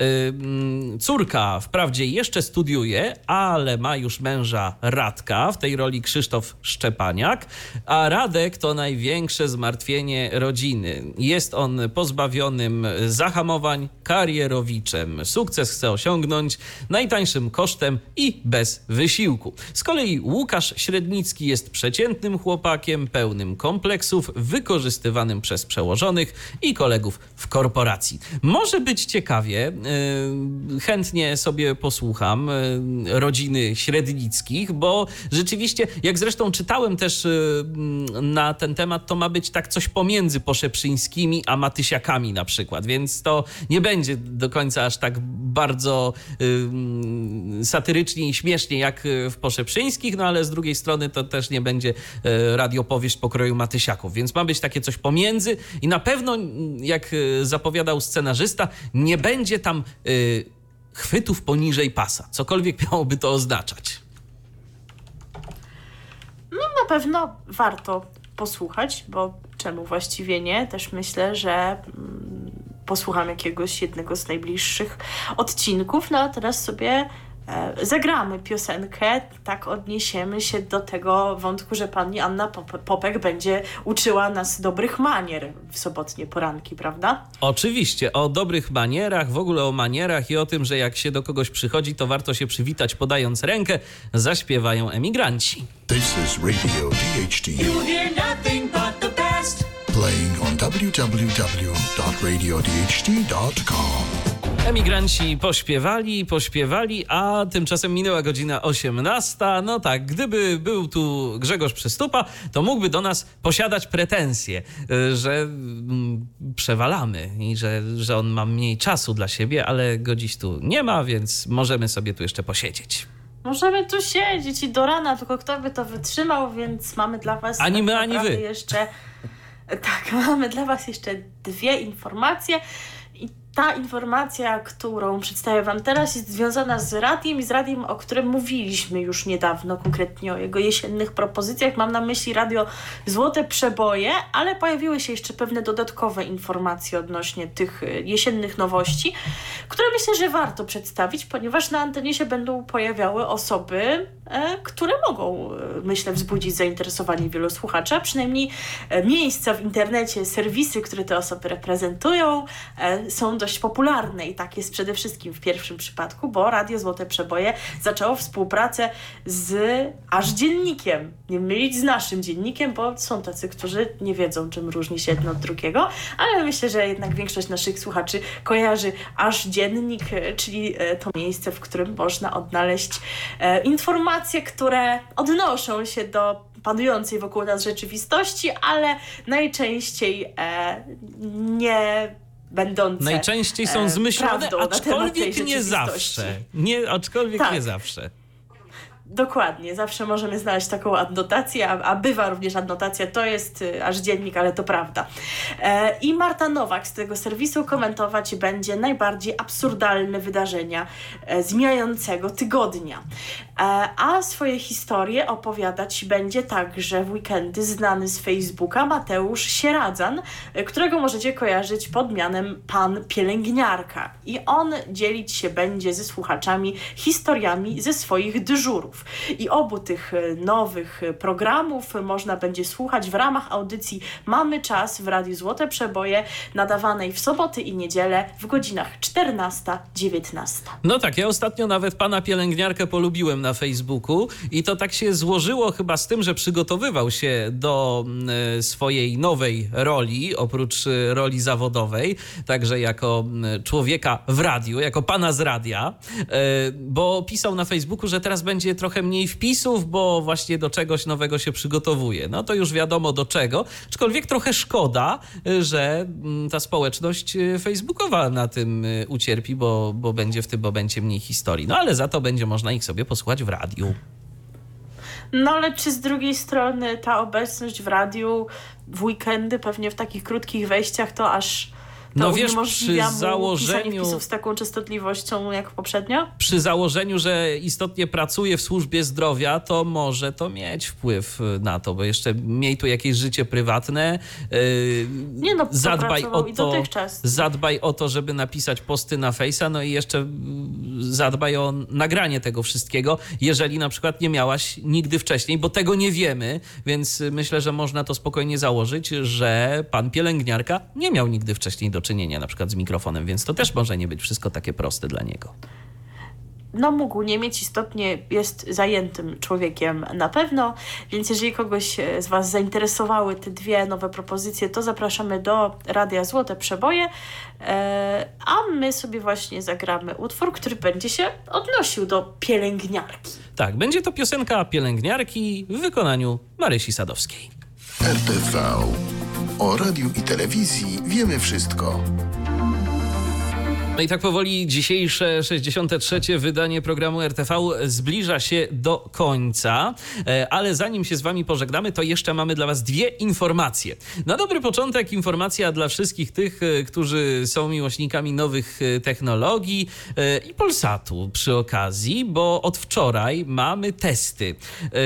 Córka wprawdzie jeszcze studiuje, ale ma już męża Radka, w tej roli Krzysztof Szczepaniak, a Radek to największe zmartwienie rodziny. Jest on pozbawionym zahamowań, karierowiczem. Sukces chce osiągnąć najtańszym kosztem i bez wysiłku. Z kolei Łukasz Średnicki jest przeciętnym chłopakiem, pełnym kompleksów, wykorzystywanym przez przełożonych i kolegów w korporacji. Może być ciekawie, yy, chętnie sobie posłucham yy, rodziny Średnickich, bo rzeczywiście, jak zresztą czytałem też yy, na ten temat, to ma być tak coś pomiędzy Poszeprzyńskimi a Matysiakami na przykład, więc to nie będzie do końca aż tak bardzo yy, satyrycznie i śmiesznie jak w Poszeprzyńskich, no ale z drugiej strony to też nie będzie yy, radiopowieść pokroju Matysiaków, więc ma być takie coś pomiędzy i na pewno, jak yy, zapowiadał scenarzysta, nie będzie tam yy, chwytów poniżej pasa, cokolwiek miałoby to oznaczać. No na pewno warto posłuchać, bo czemu właściwie nie? Też myślę, że mm, posłucham jakiegoś jednego z najbliższych odcinków, no a teraz sobie e, zagramy piosenkę, tak odniesiemy się do tego wątku, że pani Anna Pop- Popek będzie uczyła nas dobrych manier w sobotnie poranki, prawda? Oczywiście, o dobrych manierach, w ogóle o manierach i o tym, że jak się do kogoś przychodzi, to warto się przywitać podając rękę, zaśpiewają emigranci. This is Radio D H T, You hear nothing but the best. playing on w w w dot radio d h t dot com. Emigranci pośpiewali, pośpiewali, a tymczasem minęła godzina osiemnasta. No tak, gdyby był tu Grzegorz Przystupa, to mógłby do nas posiadać pretensje, że mm, przewalamy i że, że on ma mniej czasu dla siebie, ale go dziś tu nie ma, więc możemy sobie tu jeszcze posiedzieć. Możemy tu siedzieć i do rana, tylko kto by to wytrzymał, więc mamy dla was Ani my, tak ani naprawdę wy. jeszcze tak, mamy dla was jeszcze dwie informacje i ta informacja, którą przedstawię wam teraz, jest związana z radiem i z radiem, o którym mówiliśmy już niedawno, konkretnie o jego jesiennych propozycjach. Mam na myśli radio Złote Przeboje, ale pojawiły się jeszcze pewne dodatkowe informacje odnośnie tych jesiennych nowości, które myślę, że warto przedstawić, ponieważ na antenie się będą pojawiały osoby, e, które mogą, e, myślę, wzbudzić zainteresowanie wielu słuchaczy, a przynajmniej e, miejsca w internecie, serwisy, które te osoby reprezentują, e, są dość popularne i tak jest przede wszystkim w pierwszym przypadku, bo Radio Złote Przeboje zaczęło współpracę z aż dziennikiem. Nie mylić z naszym dziennikiem, bo są tacy, którzy nie wiedzą, czym różni się jedno od drugiego, ale myślę, że jednak większość naszych słuchaczy kojarzy aż dziennik, czyli to miejsce, w którym można odnaleźć e, informacje, które odnoszą się do panującej wokół nas rzeczywistości, ale najczęściej e, nie będące Najczęściej są e, zmyślone, prawdą na temat tej aczkolwiek nie rzeczywistości. zawsze. Nie, aczkolwiek Tak. nie zawsze. Dokładnie, zawsze możemy znaleźć taką adnotację, a, a bywa również adnotacja, to jest y, aż dziennik, ale to prawda. E, I Marta Nowak z tego serwisu komentować będzie najbardziej absurdalne wydarzenia e, z mijającego tygodnia. E, a swoje historie opowiadać będzie także w weekendy znany z Facebooka Mateusz Sieradzan, e, którego możecie kojarzyć pod mianem Pan Pielęgniarka. I on dzielić się będzie ze słuchaczami historiami ze swoich dyżurów. I obu tych nowych programów można będzie słuchać w ramach audycji Mamy Czas w Radiu Złote Przeboje, nadawanej w soboty i niedzielę w godzinach czternasta dziewiętnasta. No tak, ja ostatnio nawet pana pielęgniarkę polubiłem na Facebooku i to tak się złożyło chyba z tym, że przygotowywał się do y, swojej nowej roli, oprócz y, roli zawodowej, także jako y, człowieka w radiu, jako pana z radia, y, bo pisał na Facebooku, że teraz będzie trochę mniej wpisów, bo właśnie do czegoś nowego się przygotowuje. No to już wiadomo do czego, aczkolwiek trochę szkoda, że ta społeczność facebookowa na tym ucierpi, bo, bo będzie w tym momencie mniej historii. No ale za to będzie można ich sobie posłuchać w radiu. No ale czy z drugiej strony ta obecność w radiu w weekendy, pewnie w takich krótkich wejściach, to aż to no wiesz, uniemożliwia przy mu założeniu pisanie wpisów z taką częstotliwością jak poprzednio? Przy założeniu, że istotnie pracuje w służbie zdrowia, to może to mieć wpływ na to, bo jeszcze miej tu jakieś życie prywatne. Yy, Nie no, zadbaj o i to, dotychczas. zadbaj o to, żeby napisać posty na Face'a, no i jeszcze zadbaj o nagranie tego wszystkiego, jeżeli na przykład nie miałaś nigdy wcześniej, bo tego nie wiemy, więc myślę, że można to spokojnie założyć, że pan pielęgniarka nie miał nigdy wcześniej do czynienia na przykład z mikrofonem, więc to też może nie być wszystko takie proste dla niego. no mógł nie mieć, istotnie jest zajętym człowiekiem na pewno, więc jeżeli kogoś z Was zainteresowały te dwie nowe propozycje, to zapraszamy do Radia Złote Przeboje, a my sobie właśnie zagramy utwór, który będzie się odnosił do pielęgniarki. Tak, będzie to piosenka pielęgniarki w wykonaniu Marysi Sadowskiej. R T V. O radiu i telewizji wiemy wszystko. No i tak powoli dzisiejsze sześćdziesiąte trzecie wydanie programu R T V zbliża się do końca, ale zanim się z Wami pożegnamy, to jeszcze mamy dla Was dwie informacje. Na dobry początek informacja dla wszystkich tych, którzy są miłośnikami nowych technologii i Polsatu przy okazji, bo od wczoraj mamy testy.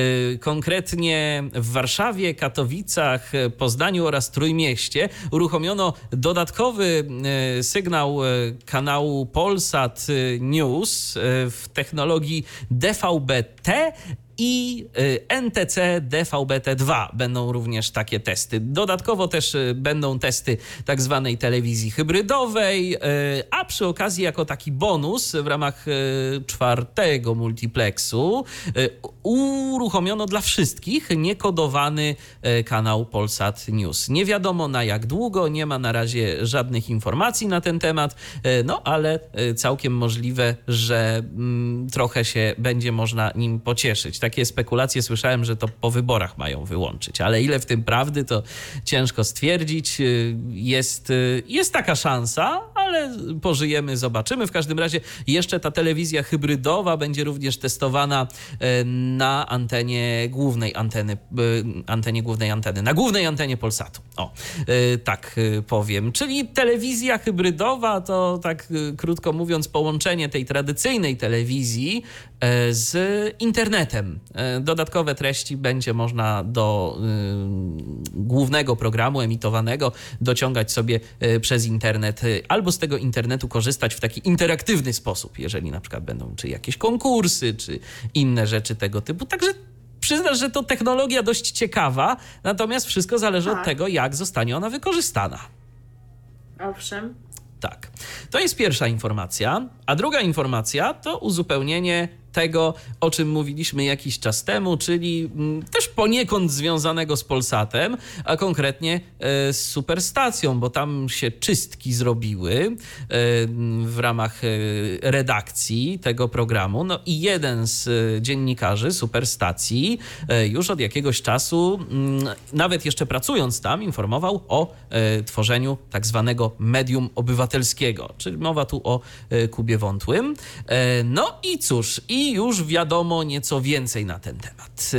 Konkretnie w Warszawie, Katowicach, Poznaniu oraz Trójmieście uruchomiono dodatkowy sygnał kanału Polsat News w technologii D V B T i N T C D V B T dwa będą również takie testy. Dodatkowo też będą testy tak zwanej telewizji hybrydowej, a przy okazji jako taki bonus w ramach czwartego multiplexu uruchomiono dla wszystkich niekodowany kanał Polsat News. Nie wiadomo na jak długo, nie ma na razie żadnych informacji na ten temat, no ale całkiem możliwe, że trochę się będzie można nim pocieszyć. Takie spekulacje słyszałem, że to po wyborach mają wyłączyć, ale ile w tym prawdy, to ciężko stwierdzić. Jest, jest taka szansa, ale pożyjemy, zobaczymy. W każdym razie jeszcze ta telewizja hybrydowa będzie również testowana na antenie głównej anteny, antenie głównej anteny, na głównej antenie Polsatu. O, tak powiem. Czyli telewizja hybrydowa to tak krótko mówiąc połączenie tej tradycyjnej telewizji z internetem. Dodatkowe treści będzie można do y, głównego programu emitowanego dociągać sobie y, przez internet albo z tego internetu korzystać w taki interaktywny sposób, jeżeli na przykład będą czy jakieś konkursy, czy inne rzeczy tego typu. Także przyznasz, że to technologia dość ciekawa, natomiast wszystko zależy tak. od tego, jak zostanie ona wykorzystana. Owszem. Tak. To jest pierwsza informacja, a druga informacja to uzupełnienie tego, o czym mówiliśmy jakiś czas temu, czyli też poniekąd związanego z Polsatem, a konkretnie z Superstacją, bo tam się czystki zrobiły w ramach redakcji tego programu. No i jeden z dziennikarzy Superstacji już od jakiegoś czasu, nawet jeszcze pracując tam, informował o tworzeniu tak zwanego medium obywatelskiego, czyli mowa tu o Kubie Wątłym. No i cóż, i już wiadomo nieco więcej na ten temat.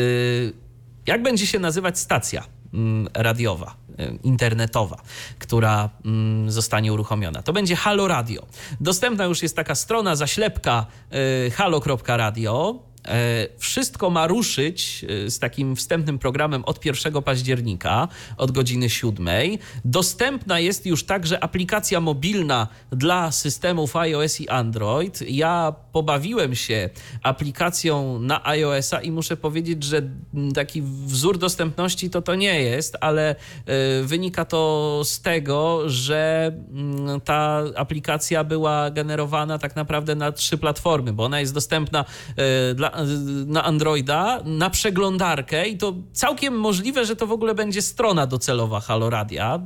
Jak będzie się nazywać stacja radiowa, internetowa, która zostanie uruchomiona? To będzie Halo Radio. Dostępna już jest taka strona, zaślepka halo kropka radio. Wszystko ma ruszyć z takim wstępnym programem od pierwszego października, od godziny siódmej. Dostępna jest już także aplikacja mobilna dla systemów iOS i Android. Ja pobawiłem się aplikacją na iOS-a i muszę powiedzieć, że taki wzór dostępności to to nie jest, ale wynika to z tego, że ta aplikacja była generowana tak naprawdę na trzy platformy, bo ona jest dostępna dla na Androida, na przeglądarkę i to całkiem możliwe, że to w ogóle będzie strona docelowa Halo Radia.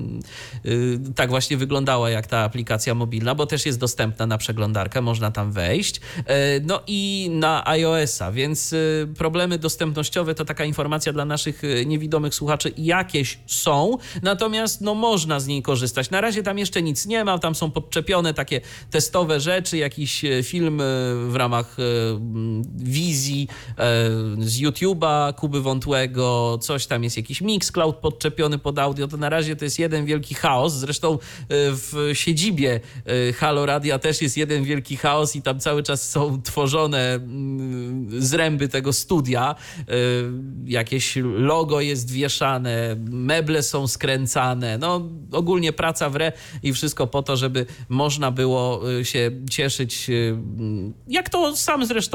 Tak właśnie wyglądała jak ta aplikacja mobilna, bo też jest dostępna na przeglądarkę, można tam wejść. No i na iOS-a, więc problemy dostępnościowe to taka informacja dla naszych niewidomych słuchaczy jakieś są, natomiast no można z niej korzystać. Na razie tam jeszcze nic nie ma, tam są podczepione takie testowe rzeczy, jakiś film w ramach wizji z YouTube'a Kuby Wątłego, coś tam jest, jakiś Mixcloud podczepiony pod audio, to na razie to jest jeden wielki chaos. Zresztą w siedzibie Halo Radia też jest jeden wielki chaos i tam cały czas są tworzone zręby tego studia. Jakieś logo jest wieszane, meble są skręcane, no ogólnie praca w re i wszystko po to, żeby można było się cieszyć, jak to sam zresztą autor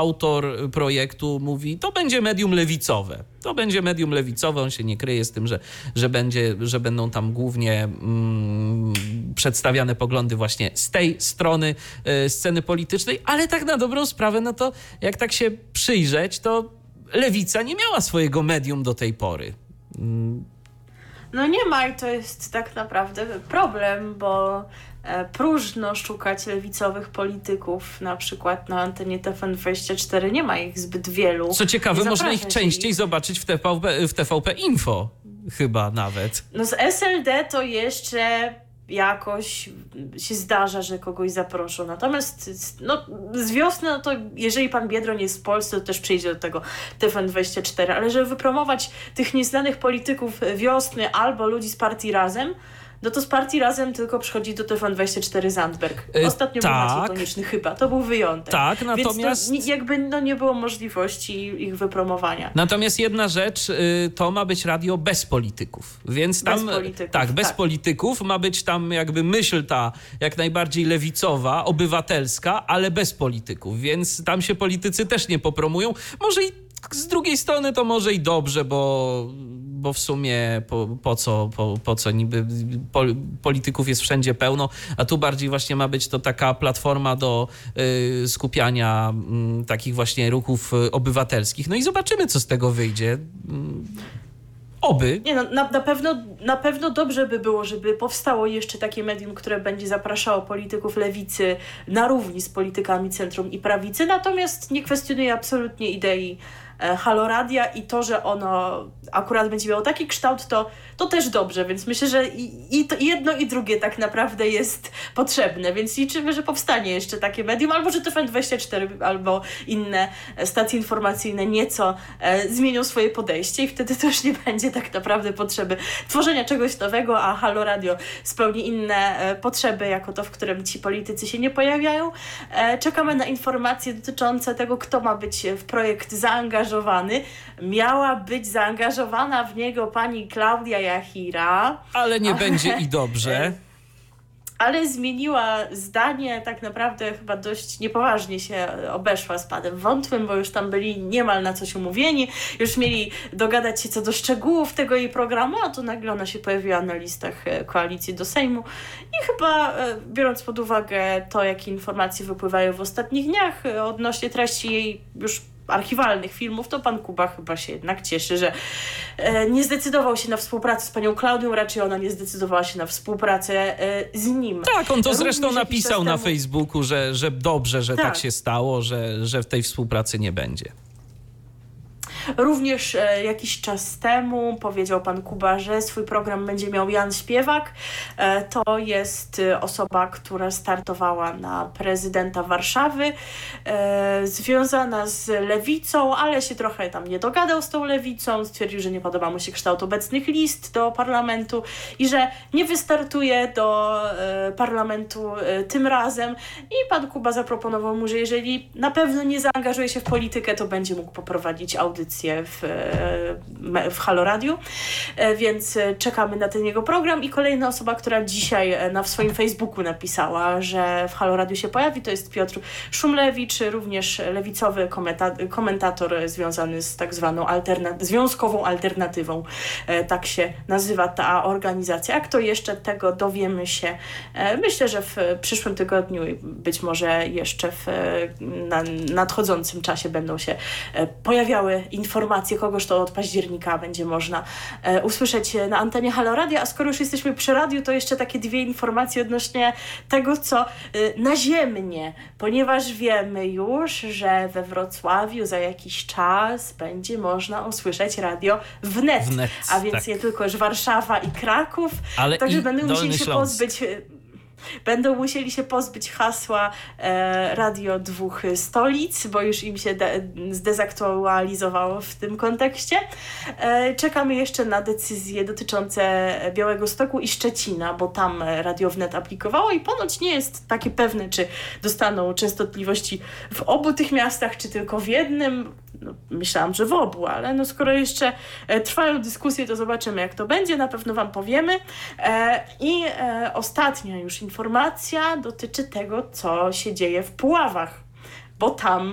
autor projektu mówi, to będzie medium lewicowe. To będzie medium lewicowe, on się nie kryje z tym, że, że, będzie, że będą tam głównie mm, przedstawiane poglądy właśnie z tej strony y, sceny politycznej, ale tak na dobrą sprawę, no to jak tak się przyjrzeć, to lewica nie miała swojego medium do tej pory. Mm. No nie ma i to jest tak naprawdę problem, bo e, próżno szukać lewicowych polityków, na przykład na antenie T V N dwadzieścia cztery nie ma ich zbyt wielu. Co ciekawe, Nie można ich zaprasza się częściej ich. zobaczyć w T V P, w T V P Info chyba nawet. No z S L D to jeszcze jakoś się zdarza, że kogoś zaproszą. Natomiast no, z wiosny, no to jeżeli pan Biedroń jest w Polsce, to też przyjdzie do tego T V N dwadzieścia cztery. Ale żeby wypromować tych nieznanych polityków wiosny albo ludzi z partii Razem, no to z partii Razem tylko przychodzi do T V N dwadzieścia cztery Zandberg. Ostatnio Yy, był tak. Maciej Konieczny chyba. To był wyjątek. Tak, natomiast... Więc to jakby no, nie było możliwości ich wypromowania. Natomiast jedna rzecz, y, to ma być radio bez polityków. Więc tam, Bez polityków, tak, bez tak. polityków ma być tam jakby myśl ta jak najbardziej lewicowa, obywatelska, ale bez polityków. Więc tam się politycy też nie popromują. Może i z drugiej strony to może i dobrze, bo, bo w sumie po, po co, po, po co niby pol, polityków jest wszędzie pełno, a tu bardziej właśnie ma być to taka platforma do y, skupiania y, takich właśnie ruchów y, obywatelskich. No i zobaczymy, co z tego wyjdzie. Y, oby. Nie no, na, na, pewno, na pewno dobrze by było, żeby powstało jeszcze takie medium, które będzie zapraszało polityków lewicy na równi z politykami centrum i prawicy, natomiast nie kwestionuję absolutnie idei e, Halo Radia i to, że ono akurat będzie miało taki kształt, to, to też dobrze, więc myślę, że i, i to jedno i drugie tak naprawdę jest potrzebne, więc liczymy, że powstanie jeszcze takie medium, albo że T V N dwadzieścia cztery albo inne stacje informacyjne nieco e, zmienią swoje podejście i wtedy to już nie będzie tak naprawdę potrzeby tworzenia czegoś nowego, a Halo Radio spełni inne e, potrzeby, jako to, w którym ci politycy się nie pojawiają. E, czekamy na informacje dotyczące tego, kto ma być w projekt zaangażowany. Miała być zaangażowana w niego pani Klaudia Jachira. Ale nie będzie i dobrze. Ale zmieniła zdanie, tak naprawdę chyba dość niepoważnie się obeszła z panem Wątłym, bo już tam byli niemal na coś umówieni, już mieli dogadać się co do szczegółów tego jej programu, a tu nagle ona się pojawiła na listach koalicji do Sejmu i chyba biorąc pod uwagę to, jakie informacje wypływają w ostatnich dniach odnośnie treści jej już archiwalnych filmów, to pan Kuba chyba się jednak cieszy, że e, nie zdecydował się na współpracę z panią Klaudią, raczej ona nie zdecydowała się na współpracę e, z nim. Tak, on to Również zresztą jakiś napisał czas na temu... Facebooku, że, że dobrze, że tak. Tak. się stało, że, że w tej współpracy nie będzie. Również e, jakiś czas temu powiedział pan Kuba, że swój program będzie miał Jan Śpiewak. E, to jest e, osoba, która startowała na prezydenta Warszawy, e, związana z lewicą, ale się trochę tam nie dogadał z tą lewicą. Stwierdził, że nie podoba mu się kształt obecnych list do parlamentu i że nie wystartuje do e, parlamentu e, tym razem. I pan Kuba zaproponował mu, że jeżeli na pewno nie zaangażuje się w politykę, to będzie mógł poprowadzić audycję w, w Halo Radiu, więc czekamy na ten jego program. I kolejna osoba, która dzisiaj na w swoim Facebooku napisała, że w Halo Radiu się pojawi, to jest Piotr Szumlewicz, również lewicowy komenta- komentator związany z tak zwaną alterna- związkową alternatywą. Tak się nazywa ta organizacja. A kto jeszcze, tego dowiemy się. Myślę, że w przyszłym tygodniu, być może jeszcze w na nadchodzącym czasie będą się pojawiały informacje, kogoż to od października będzie można e, usłyszeć na antenie Halo Radia. A skoro już jesteśmy przy radiu, to jeszcze takie dwie informacje odnośnie tego, co e, naziemnie, ponieważ wiemy już, że we Wrocławiu za jakiś czas będzie można usłyszeć radio wnet, Wnet, a więc tak. nie tylko już Warszawa i Kraków, Ale także i będą Dolny musieli się Śląsk. pozbyć Będą musieli się pozbyć hasła e, Radio Dwóch Stolic, bo już im się de- zdezaktualizowało w tym kontekście. E, czekamy jeszcze na decyzje dotyczące Białegostoku i Szczecina, bo tam Radio Wnet aplikowało i ponoć nie jest takie pewne, czy dostaną częstotliwości w obu tych miastach, czy tylko w jednym. No, myślałam, że w obu, ale no skoro jeszcze e, trwają dyskusje, to zobaczymy, jak to będzie. Na pewno wam powiemy. E, I e, ostatnia już informacja dotyczy tego, co się dzieje w Puławach, bo tam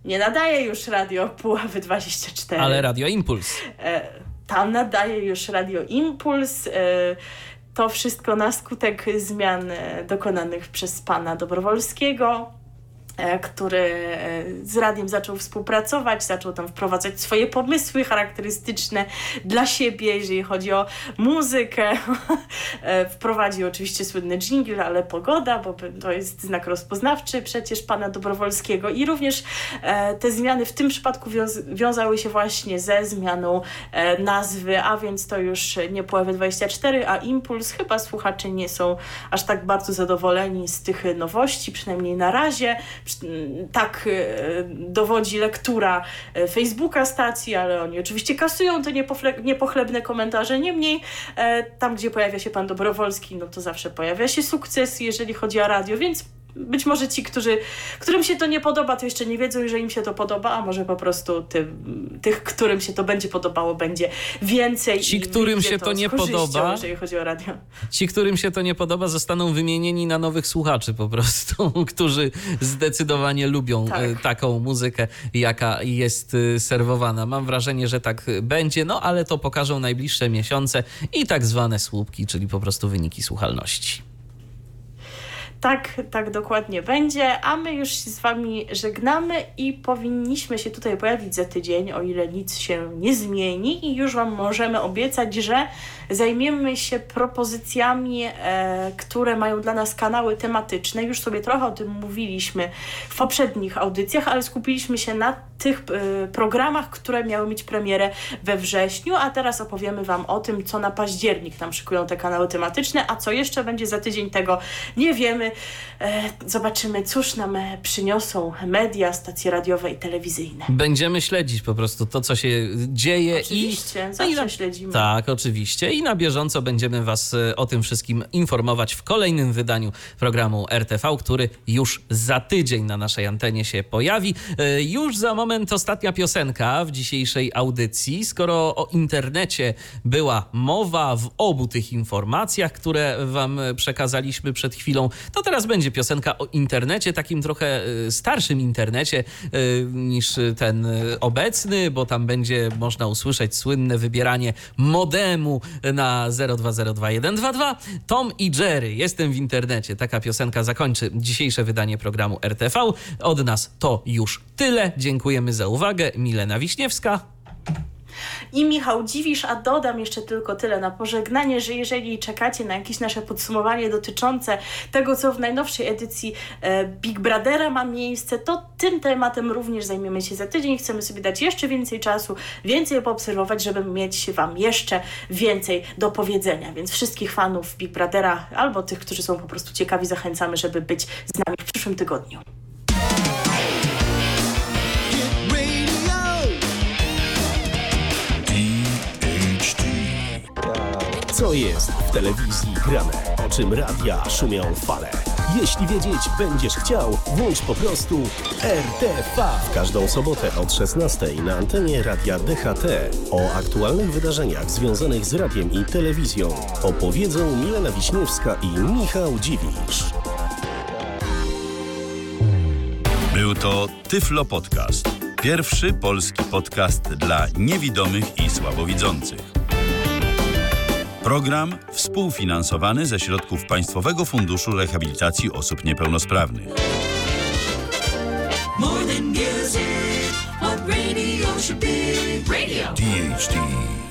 nie nadaje już Radio Puławy dwadzieścia cztery. Ale Radio Impuls. E, tam nadaje już Radio Impuls. E, to wszystko na skutek zmian dokonanych przez pana Dobrowolskiego, który z radiem zaczął współpracować, zaczął tam wprowadzać swoje pomysły charakterystyczne dla siebie, jeżeli chodzi o muzykę. Wprowadził oczywiście słynny dżingiel, ale pogoda, bo to jest znak rozpoznawczy przecież pana Dobrowolskiego. I również te zmiany w tym przypadku wiąz- wiązały się właśnie ze zmianą nazwy, a więc to już nie Puławy dwadzieścia cztery, a Impuls. Chyba słuchacze nie są aż tak bardzo zadowoleni z tych nowości, przynajmniej na razie. Tak dowodzi lektura Facebooka stacji, ale oni oczywiście kasują te niepofle- niepochlebne komentarze. Niemniej tam, gdzie pojawia się pan Dobrowolski, no to zawsze pojawia się sukces, jeżeli chodzi o radio, więc być może ci, którzy, którym się to nie podoba, to jeszcze nie wiedzą, że im się to podoba, a może po prostu ty, tych, którym się to będzie podobało, będzie więcej. Ci, i którym się to, to nie korzyścią, podoba, jeżeli chodzi o radio. Ci, którym się to nie podoba, zostaną wymienieni na nowych słuchaczy po prostu, którzy zdecydowanie lubią Tak. e, taką muzykę, jaka jest e, serwowana. Mam wrażenie, że tak będzie, no ale to pokażą najbliższe miesiące i tak zwane słupki, czyli po prostu wyniki słuchalności. Tak, tak dokładnie będzie, a my już się z wami żegnamy i powinniśmy się tutaj pojawić za tydzień, o ile nic się nie zmieni, i już wam możemy obiecać, że zajmiemy się propozycjami, e, które mają dla nas kanały tematyczne. Już sobie trochę o tym mówiliśmy w poprzednich audycjach, ale skupiliśmy się na tych e, programach, które miały mieć premierę we wrześniu, a teraz opowiemy wam o tym, co na październik nam szykują te kanały tematyczne, a co jeszcze będzie za tydzień, tego nie wiemy. E, zobaczymy, cóż nam e, przyniosą media, stacje radiowe i telewizyjne. Będziemy śledzić po prostu to, co się dzieje. Oczywiście, i zawsze i na, śledzimy. Tak, oczywiście. I na bieżąco będziemy was e, o tym wszystkim informować w kolejnym wydaniu programu R T V, który już za tydzień na naszej antenie się pojawi. E, już za moment ostatnia piosenka w dzisiejszej audycji. Skoro o internecie była mowa w obu tych informacjach, które wam przekazaliśmy przed chwilą, to teraz będzie piosenka o internecie, takim trochę starszym internecie niż ten obecny, bo tam będzie można usłyszeć słynne wybieranie modemu na zero dwa zero dwa jeden dwa dwa. Tom i Jerry, jestem w internecie. Taka piosenka zakończy dzisiejsze wydanie programu R T V. Od nas to już tyle. Dziękujemy za uwagę. Milena Wiśniewska i Michał Dziwisz, a dodam jeszcze tylko tyle na pożegnanie, że jeżeli czekacie na jakieś nasze podsumowanie dotyczące tego, co w najnowszej edycji e, Big Brothera ma miejsce, to tym tematem również zajmiemy się za tydzień. Chcemy sobie dać jeszcze więcej czasu, więcej poobserwować, żeby mieć wam jeszcze więcej do powiedzenia. Więc wszystkich fanów Big Brothera albo tych, którzy są po prostu ciekawi, zachęcamy, żeby być z nami w przyszłym tygodniu. Co jest w telewizji grane? O czym radia szumią fale? Jeśli wiedzieć będziesz chciał, włącz po prostu R T V. W każdą sobotę od szesnastej na antenie Radia D H T o aktualnych wydarzeniach związanych z radiem i telewizją opowiedzą Milena Wiśniewska i Michał Dziwisz. Był to Tyflo Podcast. Pierwszy polski podcast dla niewidomych i słabowidzących. Program współfinansowany ze środków Państwowego Funduszu Rehabilitacji Osób Niepełnosprawnych. More than music, what radio should be. Radio. D H D.